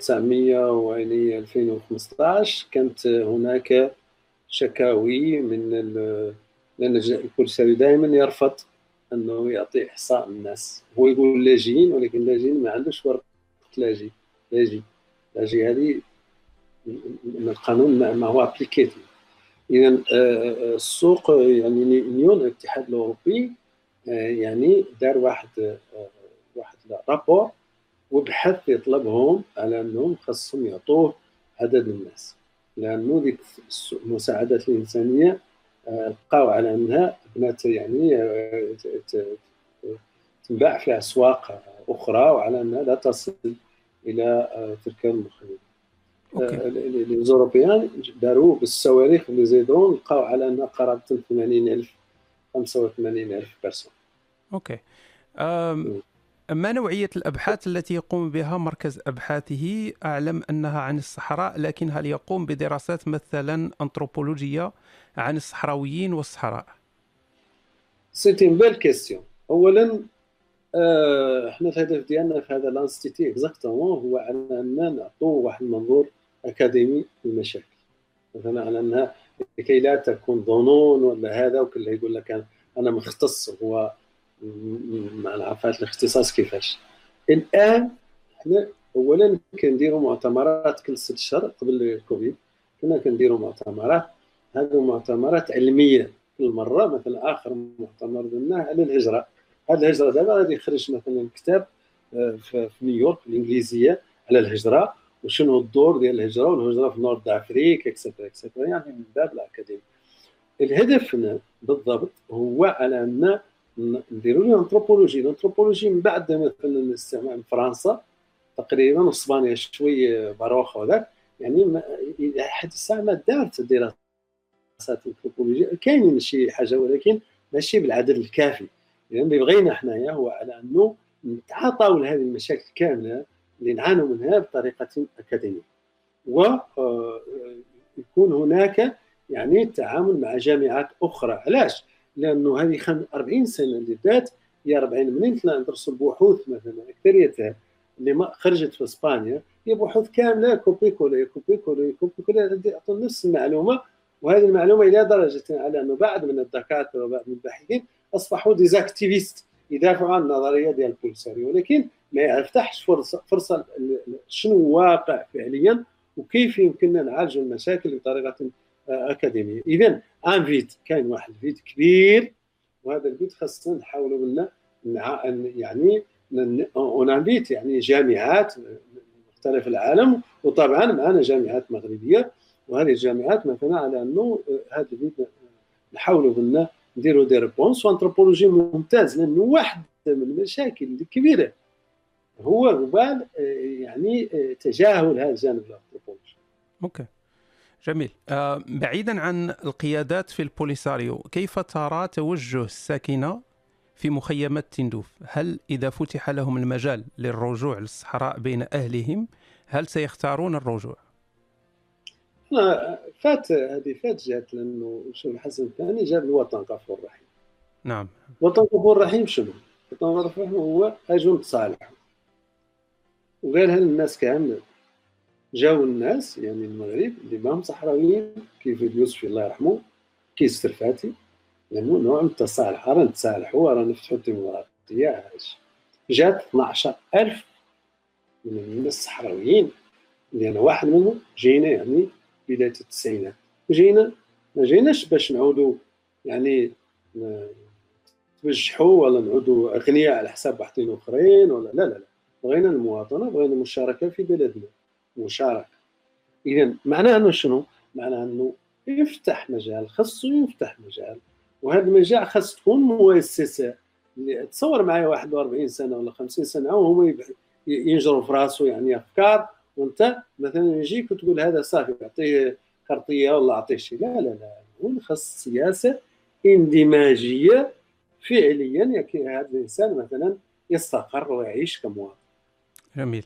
2015 كانت هناك شكاوي من لأن البوليساريو دائما يرفض أنه يعطي إحصاء الناس، هو يقول لاجئين، ولكن لاجئين ما عندوش ورقة لاجئ. لاجئ هذه القانون ما هو ابليكيت. إذا السوق يعني اليونيون الاتحاد الأوروبي يعني دار واحد رابور وبحث يطلبهم على أنهم خصهم يعطوه عدد الناس، لأنه ديك المساعدات الإنسانية بقاو على أنها بنات يعني تنباع في أسواق أخرى، وعلى أنها لا تصل إلى تلك المخيمات. الأوروبيان داروا بالصواريخ اللي زيدون، لقاو على أنها قرابة 80,000 85,000 بيرسون. أوكي. ما نوعية الأبحاث التي يقوم بها مركز أبحاثه؟ أعلم أنها عن الصحراء، لكن هل يقوم بدراسات مثلا أنثروبولوجية عن الصحراويين والصحراء؟ سيتي بيل كيستيون. أولا احنا الهدف ديالنا في هذا لانستيتي اكزاكتومون هو على أننا نعطوا واحد المنظور أكاديمي للمشاكل، مثلا على أنها لكي لا تكون ظنون ولا هذا، وكل يقول لك أنا مختص، هو ما نعرفش الاختصاص كيفاش. الان احنا اولا كنديروا معتمرات كل 6 شهور. قبل الكوفيد كنا كنديروا معتمرات، هذو معتمرات علميه كل مره. مثلا اخر مؤتمر درناه على الهجره. هذه الهجره دابا غادي يخرج مثلا كتاب في نيويورك بالانجليزيه على الهجره، وشنو الدور ديال الهجره، والهجره في نورد افريقيا اكسترا اكسترا، يعني من باب الاكاديمي. الهدف بالضبط هو على ان نديروا له انثروبولوجي. الانثروبولوجي من بعد مثلا الاستعمار في فرنسا تقريبا، واسبانيا شويه باروخ وذاك، يعني حتى الساعه ما دارت دراسات انثروبولوجيه، كاينين شي حاجه ولكن ماشي بالعدد الكافي. يعني اللي بغينا حنايا هو على انه نتعاطاو لهذه المشاكل كامله اللي نعانوا منها بطريقه اكاديميه، ويكون هناك يعني التعامل مع جامعات اخرى. علاش؟ لانه هذه 40 سنه اللي فاتت، هي 40 منين ندرسوا البحوث مثلا اكثريتها اللي ما خرجت في اسبانيا هي بحوث كامله كوبي كولي يعطوا نفس المعلومه. وهذه المعلومه الى درجه على انه بعض من الدكاتره وبعض من الباحثين اصبحوا ديزاكتيفيست يدافعوا عن النظريه ديال البولساريو، ولكن ما يفتحش فرصه شنو واقع فعليا وكيف يمكننا نعالج المشاكل بطريقه اكاديميه. اذا فيت كاين واحد الفيت كبير، وهذا الفيت خاصنا نحاولوا لنا يعني اونفيت يعني جامعات مختلف العالم، وطبعا معنا جامعات مغربيه وهذه الجامعات مثلا على انه هذا نحاولوا بنا نديروا دي ريبونس. وانثروبولوجي ممتاز لانه واحد من المشاكل الكبيره هو غبال يعني تجاهل هذا الجانب الانثروبولوجي. اوكي جميل. بعيدا عن القيادات في البوليساريو، كيف ترى توجه الساكنه في مخيمات تندوف؟ هل إذا فتح لهم المجال للرجوع للصحراء بين أهلهم هل سيختارون الرجوع؟ فات جات، لأنه شوف الحسن الثاني جاب الوطن غفور رحيم. نعم. وطن غفور رحيم شنو؟ وطن غفور رحيم هو أجل تصالح، وقالها للناس كامل. جاوا الناس يعني المغرب اللي ماهم صحراويين كيف اليوسفي الله يرحمه، كيس ترفاتي، لأنه نوع من التصالح. رانا نتصالحوا، رانا نفتحوا الديمقراطية. جات 12,000 من الناس الصحراويين اللي أنا واحد منهم. جينا يعني بداية التسعينات، ما جيناش باش نعودوا يعني نتبجحوا ولا نعودوا أغنياء على حساب واحدين أخرين ولا لا. بغينا المواطنة، بغينا المشاركة في بلدنا، مشاركة. إذا معناه أنه شنو؟ معناه أنه يفتح مجال، خصو يفتح مجال، وهذا المجال خاص تكون مؤسسة. اللي تصور معايا 41 سنة ولا 50 سنة وهما ينجروا في راسه يعني أفكار، وأنت مثلا يجيك وتقول هذا صافي أعطيه خرطية ولا أعطيه شيء. لا، هو خاص سياسة اندماجية فعليا يكي هذا الإنسان مثلا يستقر ويعيش كمواطن. جميل.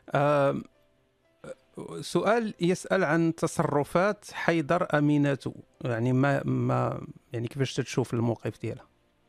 سؤال يسأل عن تصرفات حيدر أميناتو، يعني ما يعني كيفاش تشوف الموقف ديالها؟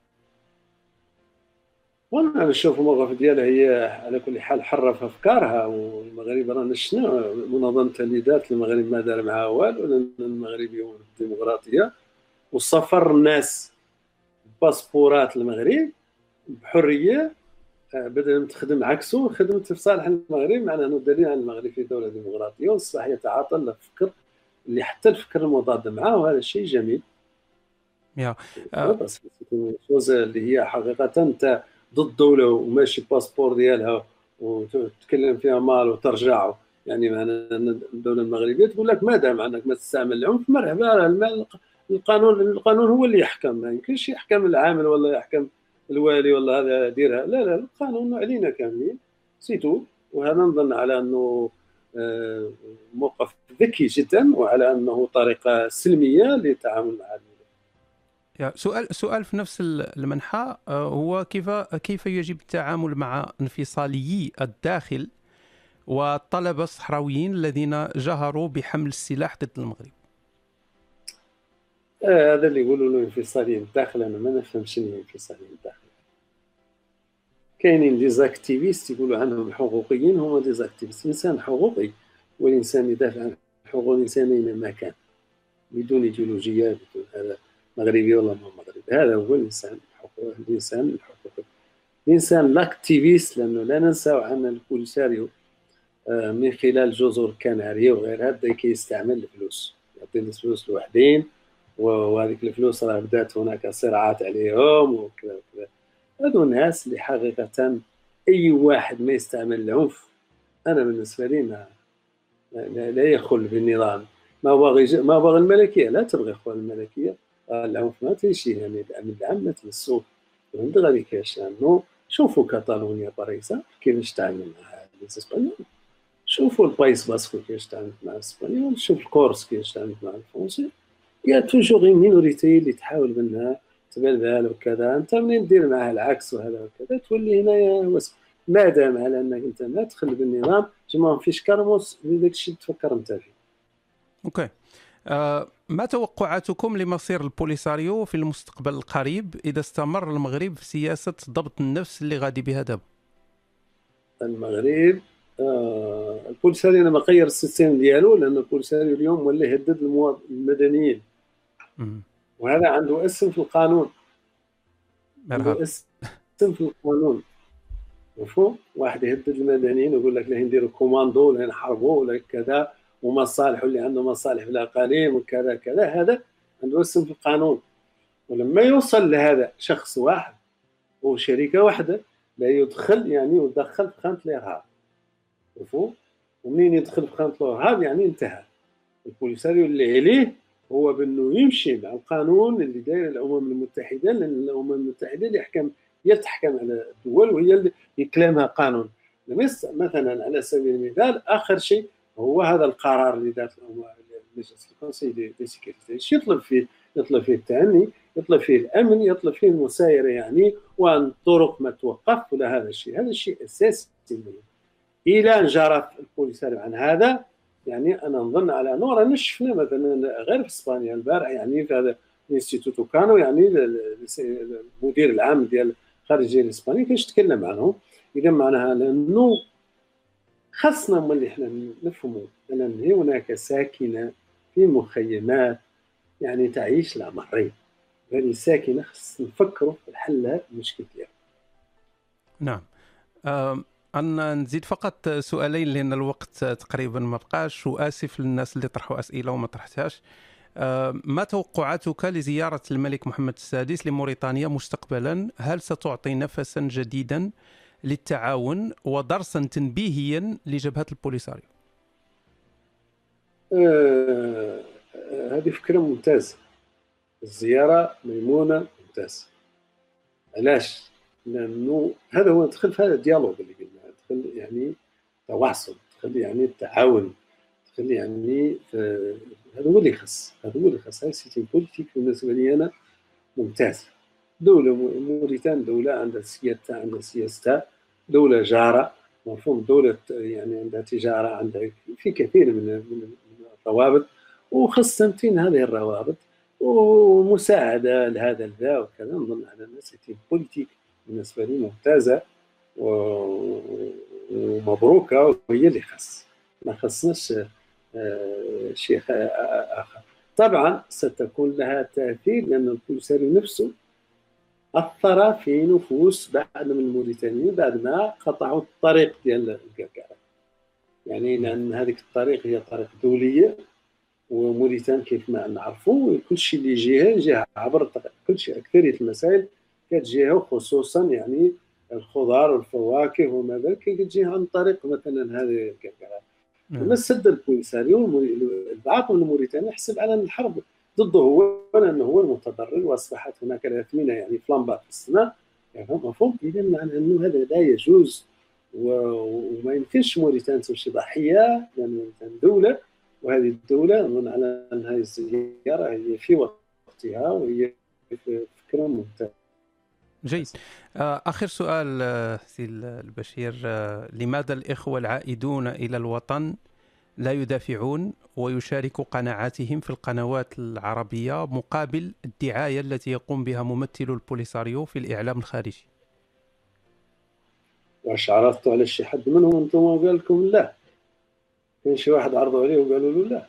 وانا نشوف الموقف ديالها هي على كل حال حرف افكارها، والمغرب رانا شفنا منظمه الندات المغرب ما دار معها والو، لان المغرب يوم الديمقراطيه وصفر الناس باسبورات المغرب بحريه، بدل ما تخدم عكسه خدمت في صالح المغرب. معناه انه دليل على المغرب في دوله ديمقراطيه والصح يتعاطى الفكر اللي حتى الفكر المضاد معه، وهذا الشيء جميل. يا بس اللي هي حقيقه انت ضد الدوله وماشي باسبور ديالها وتتكلم فيها مال وترجعه، يعني معنا الدوله المغربيه تقول لك ما دام انك ما تستعمل العنف مرحبا. القانون هو اللي يحكم، ما يمكنش يحكم العامل ولا يحكم الوالي ولا هذا ديرها. لا، القانون علينا كاملين سيتو. وهذا نظن على انه موقف ذكي جدا، وعلى انه طريقه سلميه للتعامل مع سؤال في نفس المنحى، هو كيف يجب التعامل مع انفصاليي الداخل والطلبة الصحراويين الذين جهروا بحمل السلاح ضد المغرب؟ هذا اللي يقولوا له انفصاليين الداخل، انا ما نفهمش شنو انفصاليين الداخل. كاينين ديزاكتيفيست يقولوا عنهم الحقوقيين، هما ديزاكتيفيست. الانسان حقوقي، والانسان يدافع عن حقوق الانسان اينما كان بدون ايديولوجيه، بدون هذا مغربي ولا ما مغربي. هذا هو الانسان، الانسان الحقوقي، الانسان لاكتيفيست. لانه لا ننسى ان البوليساريو من خلال جزر الكنارية وغيرها بدا كيستعمل الفلوس، يعطي الفلوس لوحدين، وهذيك الفلوس راه بدات هناك صراعات عليهم وكذا وكذا. هذو الناس اللي حقيقة أي واحد ما يستعمل العنف، أنا بالنسبة لي لا يخل بالنظام. ما باغي الملكية لا تبغي أخوان الملكية، العنف ما تمشي يعني العام ما تمسوه. فهمت غادي كاش لأنه شوفوا كاتالونيا باريسا كيفاش تعامل مع الإسبانيول، شوفوا البايس باسكو كيفاش تعاملت مع الإسبانيول، شوف الكورس كيفاش تعاملت مع الفرنسي. يا توجور غير مينوريتي اللي تحاول منها تبلبل وكذا، انت منين دير معها العكس وهذا وكذا تولي هنايا ما دام على انك انت ما تدخل بالنظام ما فيش كرموس لذاك الشيء تفكر انت فيه. اوكي. ما توقعاتكم لمصير البوليساريو في المستقبل القريب اذا استمر المغرب في سياسه ضبط النفس اللي غادي بها دابا؟ المغرب البوليساريو انا ما غير السيستم ديالو، لان البوليساريو اليوم ولا يهدد المدنيين، وهذا عنده اسم في القانون. عنده اسم في القانون، مفهوم؟ واحد يهدد المدنيين ويقول لك لا نديروا كوماندو ولا نحاربوا ولا كذا، ومصالح اللي عنده مصالح في الاقاليم وكذا كذا، هذا عنده اسم في القانون. ولما يوصل لهذا شخص واحد وشركه واحده لا يدخل يعني في خانه الارهاب، مفهوم؟ ومنين يدخل في خانه الارهاب يعني انتهى. البوليساريو اللي عليه هو بأنه يمشي مع القانون اللي داير الأمم المتحدة، لأن الأمم المتحدة اللي هي تحكم على الدول وهي اللي يكلمها قانون. مثلا على سبيل المثال آخر شيء هو هذا القرار اللي دارت مجلس الكونسي دي سيكوريتي. يطلب فيه التأني، يطلب فيه الأمن، يطلب فيه المسايرة يعني، وأن الطرق ما توقف ولا هذا الشيء أساسي. إلى أن جرت البوليساريو عن هذا، يعني أنا نظن على أنه رانا شفنا مثلا غير في إسبانيا البارح، يعني في هذا الانستيتوتو كانوا يعني المدير العام ديال الخارجية الإسبانية كاش تكلم عنهم. إذا معناها لأنه خاصنا ملي احنا نفهموا أن هناك ساكنة في مخيمات يعني تعيش العمرين، هذه ساكنة خص نفكروا في الحل المشكل ديالها. نعم. أنا نزيد فقط سؤالين لأن الوقت تقريبا ما بقاش، وآسف للناس اللي طرحوا أسئلة وما طرحتهاش. ما توقعاتك لزيارة الملك محمد السادس لموريتانيا مستقبلا؟ هل ستعطي نفسا جديدا للتعاون ودرسا تنبيهيا لجبهة البوليساريو؟ هذه فكرة ممتازة، الزيارة ميمونة ممتازة. علاش؟ لأنه هذا هو دخل في هذا الديالوج اللي قلنا، دخل يعني تواصل، دخل يعني التعاون، دخل يعني هذا هو اللي خص، هاي سيتي بوليتيك بالنسبة لي أنا ممتازة. دولة موريتان دولة عندها سياستها، دولة جارة، مفهوم دولة يعني عندها تجارة، عندها في كثير من الروابط، وخص تمتين هذه الروابط ومساعدة لهذا الذا وكذا. نظن على الناس بوليتيك بالنسبة لي ممتازة ومبروكة، وهي اللي خص، ما خصناش شيء آخر. طبعا ستكون لها تأثير لأن البوليساريو نفسه أثر في نفوس بعض من الموريتانيين بعد ما قطعوا الطريق ديال الكركرة، يعني لأن هذيك الطريق هي طريق دولية، وموريتان كيف ما نعرفوا كل شيء اللي يجيها عبر الطريق، كل شيء أكثرية المسائل كتجيها، خصوصا يعني الخضار والفواكه وما ذلك كتجيها عن طريق مثلا هذه الكركرة. لما سد البوليساريو البعض من الموريتانيين حسب على الحرب ضده هو، لانه هو المتضرر، واصبحت هناك الاثمنه يعني فلامبات في السماء، يعني مفهوم. اذا معنى انه هذا لا يجوز، وما يمكنش موريتان تمشي ضحيه، لان موريتان دوله، وهذه الدوله نظن على ان هذه الزياره هي في وقتها وهي فكره ممتازه. جيد. آخر سؤال سي البشير، لماذا الإخوة العائدون إلى الوطن لا يدافعون ويشاركوا قناعاتهم في القنوات العربية مقابل الدعاية التي يقوم بها ممثل البوليساريو في الإعلام الخارجي؟ واش عرضتوا على شي حد منهم انتم وقال لكم لا؟ كاين شي واحد عرضوا عليه وقالوا له لا؟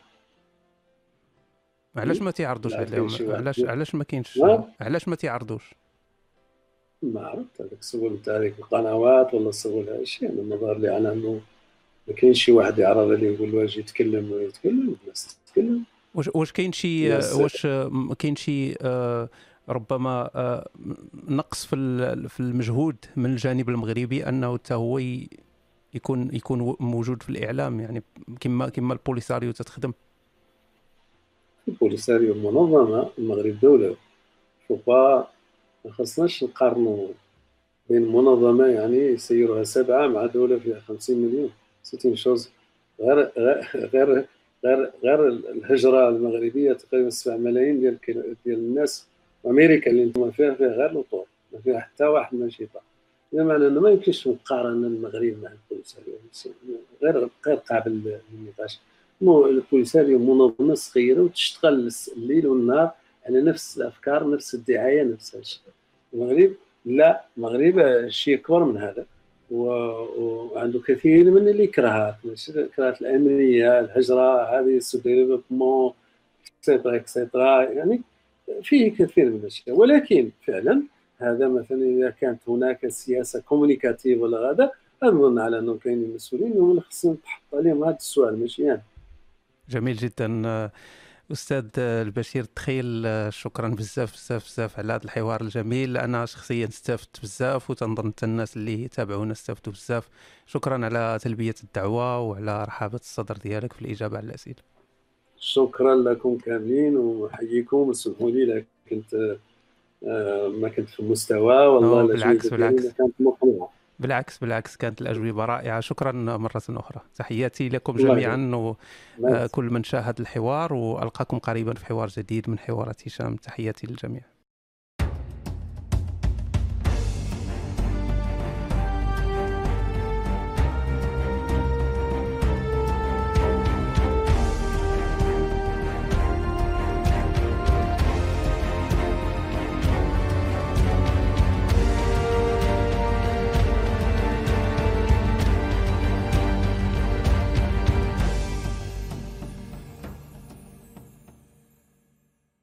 علاش ما تيعرضوش عليهم؟ علاش ما كاينش؟ علاش ما تيعرضوش؟ ما عرفت، هذاك سول تاع هذيك القنوات ولا سول هذا الشيء، انا ما ظهر لي على انه ما كاينش شي واحد يعرض عليه ويقول له اجي يتكلم ويتكلم، الناس تتكلم. واش كاين شي كاين شي ربما نقص في المجهود من الجانب المغربي انه حتى هو يكون موجود في الاعلام، يعني كما البوليساريو تتخدم؟ البوليساريو منظمه، المغرب دوله، فوقا ما خصناش نقارنوا بين منظمه يعني يسيروها 7 مع دوله فيها 50 مليون. 60 شوز غير غير غير الهجره المغربيه تقريبا 7 ملايين ديال الناس، وامريكا اللي انتم فيها غير لوطور، ما فيها حتى واحد نشيطه. بمعنى يعني انه ما يمكنش مقارنه المغرب مع البوليساريو، غير قابل للنقاش. البوليساريو منظمه صغيره وتشتغل الليل والنهار على نفس الافكار، نفس الدعايه، نفس الشيء. المغرب لا، المغرب شيء اكبر من هذا، وعنده كثير من الإكراهات، الإكراهات الأمنية، الهجرة، هذه السوديفلوبمون اكسترا، يعني فيه كثير من الأشياء. ولكن فعلا هذا مثلا إذا كانت هناك سياسة كومونيكاتيف ولا هذا، أظن على أنه كاينين المسؤولين هم خصهم تحط عليهم هذا السؤال، ماشي يعني. جميل جدا أستاذ البشير تخيل، شكرا بزاف على هذا الحوار الجميل. أنا شخصيا استفدت بزاف، وتنظن الناس اللي يتابعونا استفدوا بزاف. شكرا على تلبية الدعوة وعلى رحابة الصدر ديالك في الإجابة على الأسئلة. شكرا لكم كاملين وحييكم، وسمحوا لي لك كنت ما كنت في المستوى، والله بالعكس الأجوبة ديالي ما بالعكس كانت مقنعة. بالعكس كانت الأجوبة رائعة. شكرا مرة أخرى، تحياتي لكم الله يبارك. جميعا ميرسي. وكل من شاهد الحوار، وألقاكم قريبا في حوار جديد من حوارات هشام. تحياتي للجميع.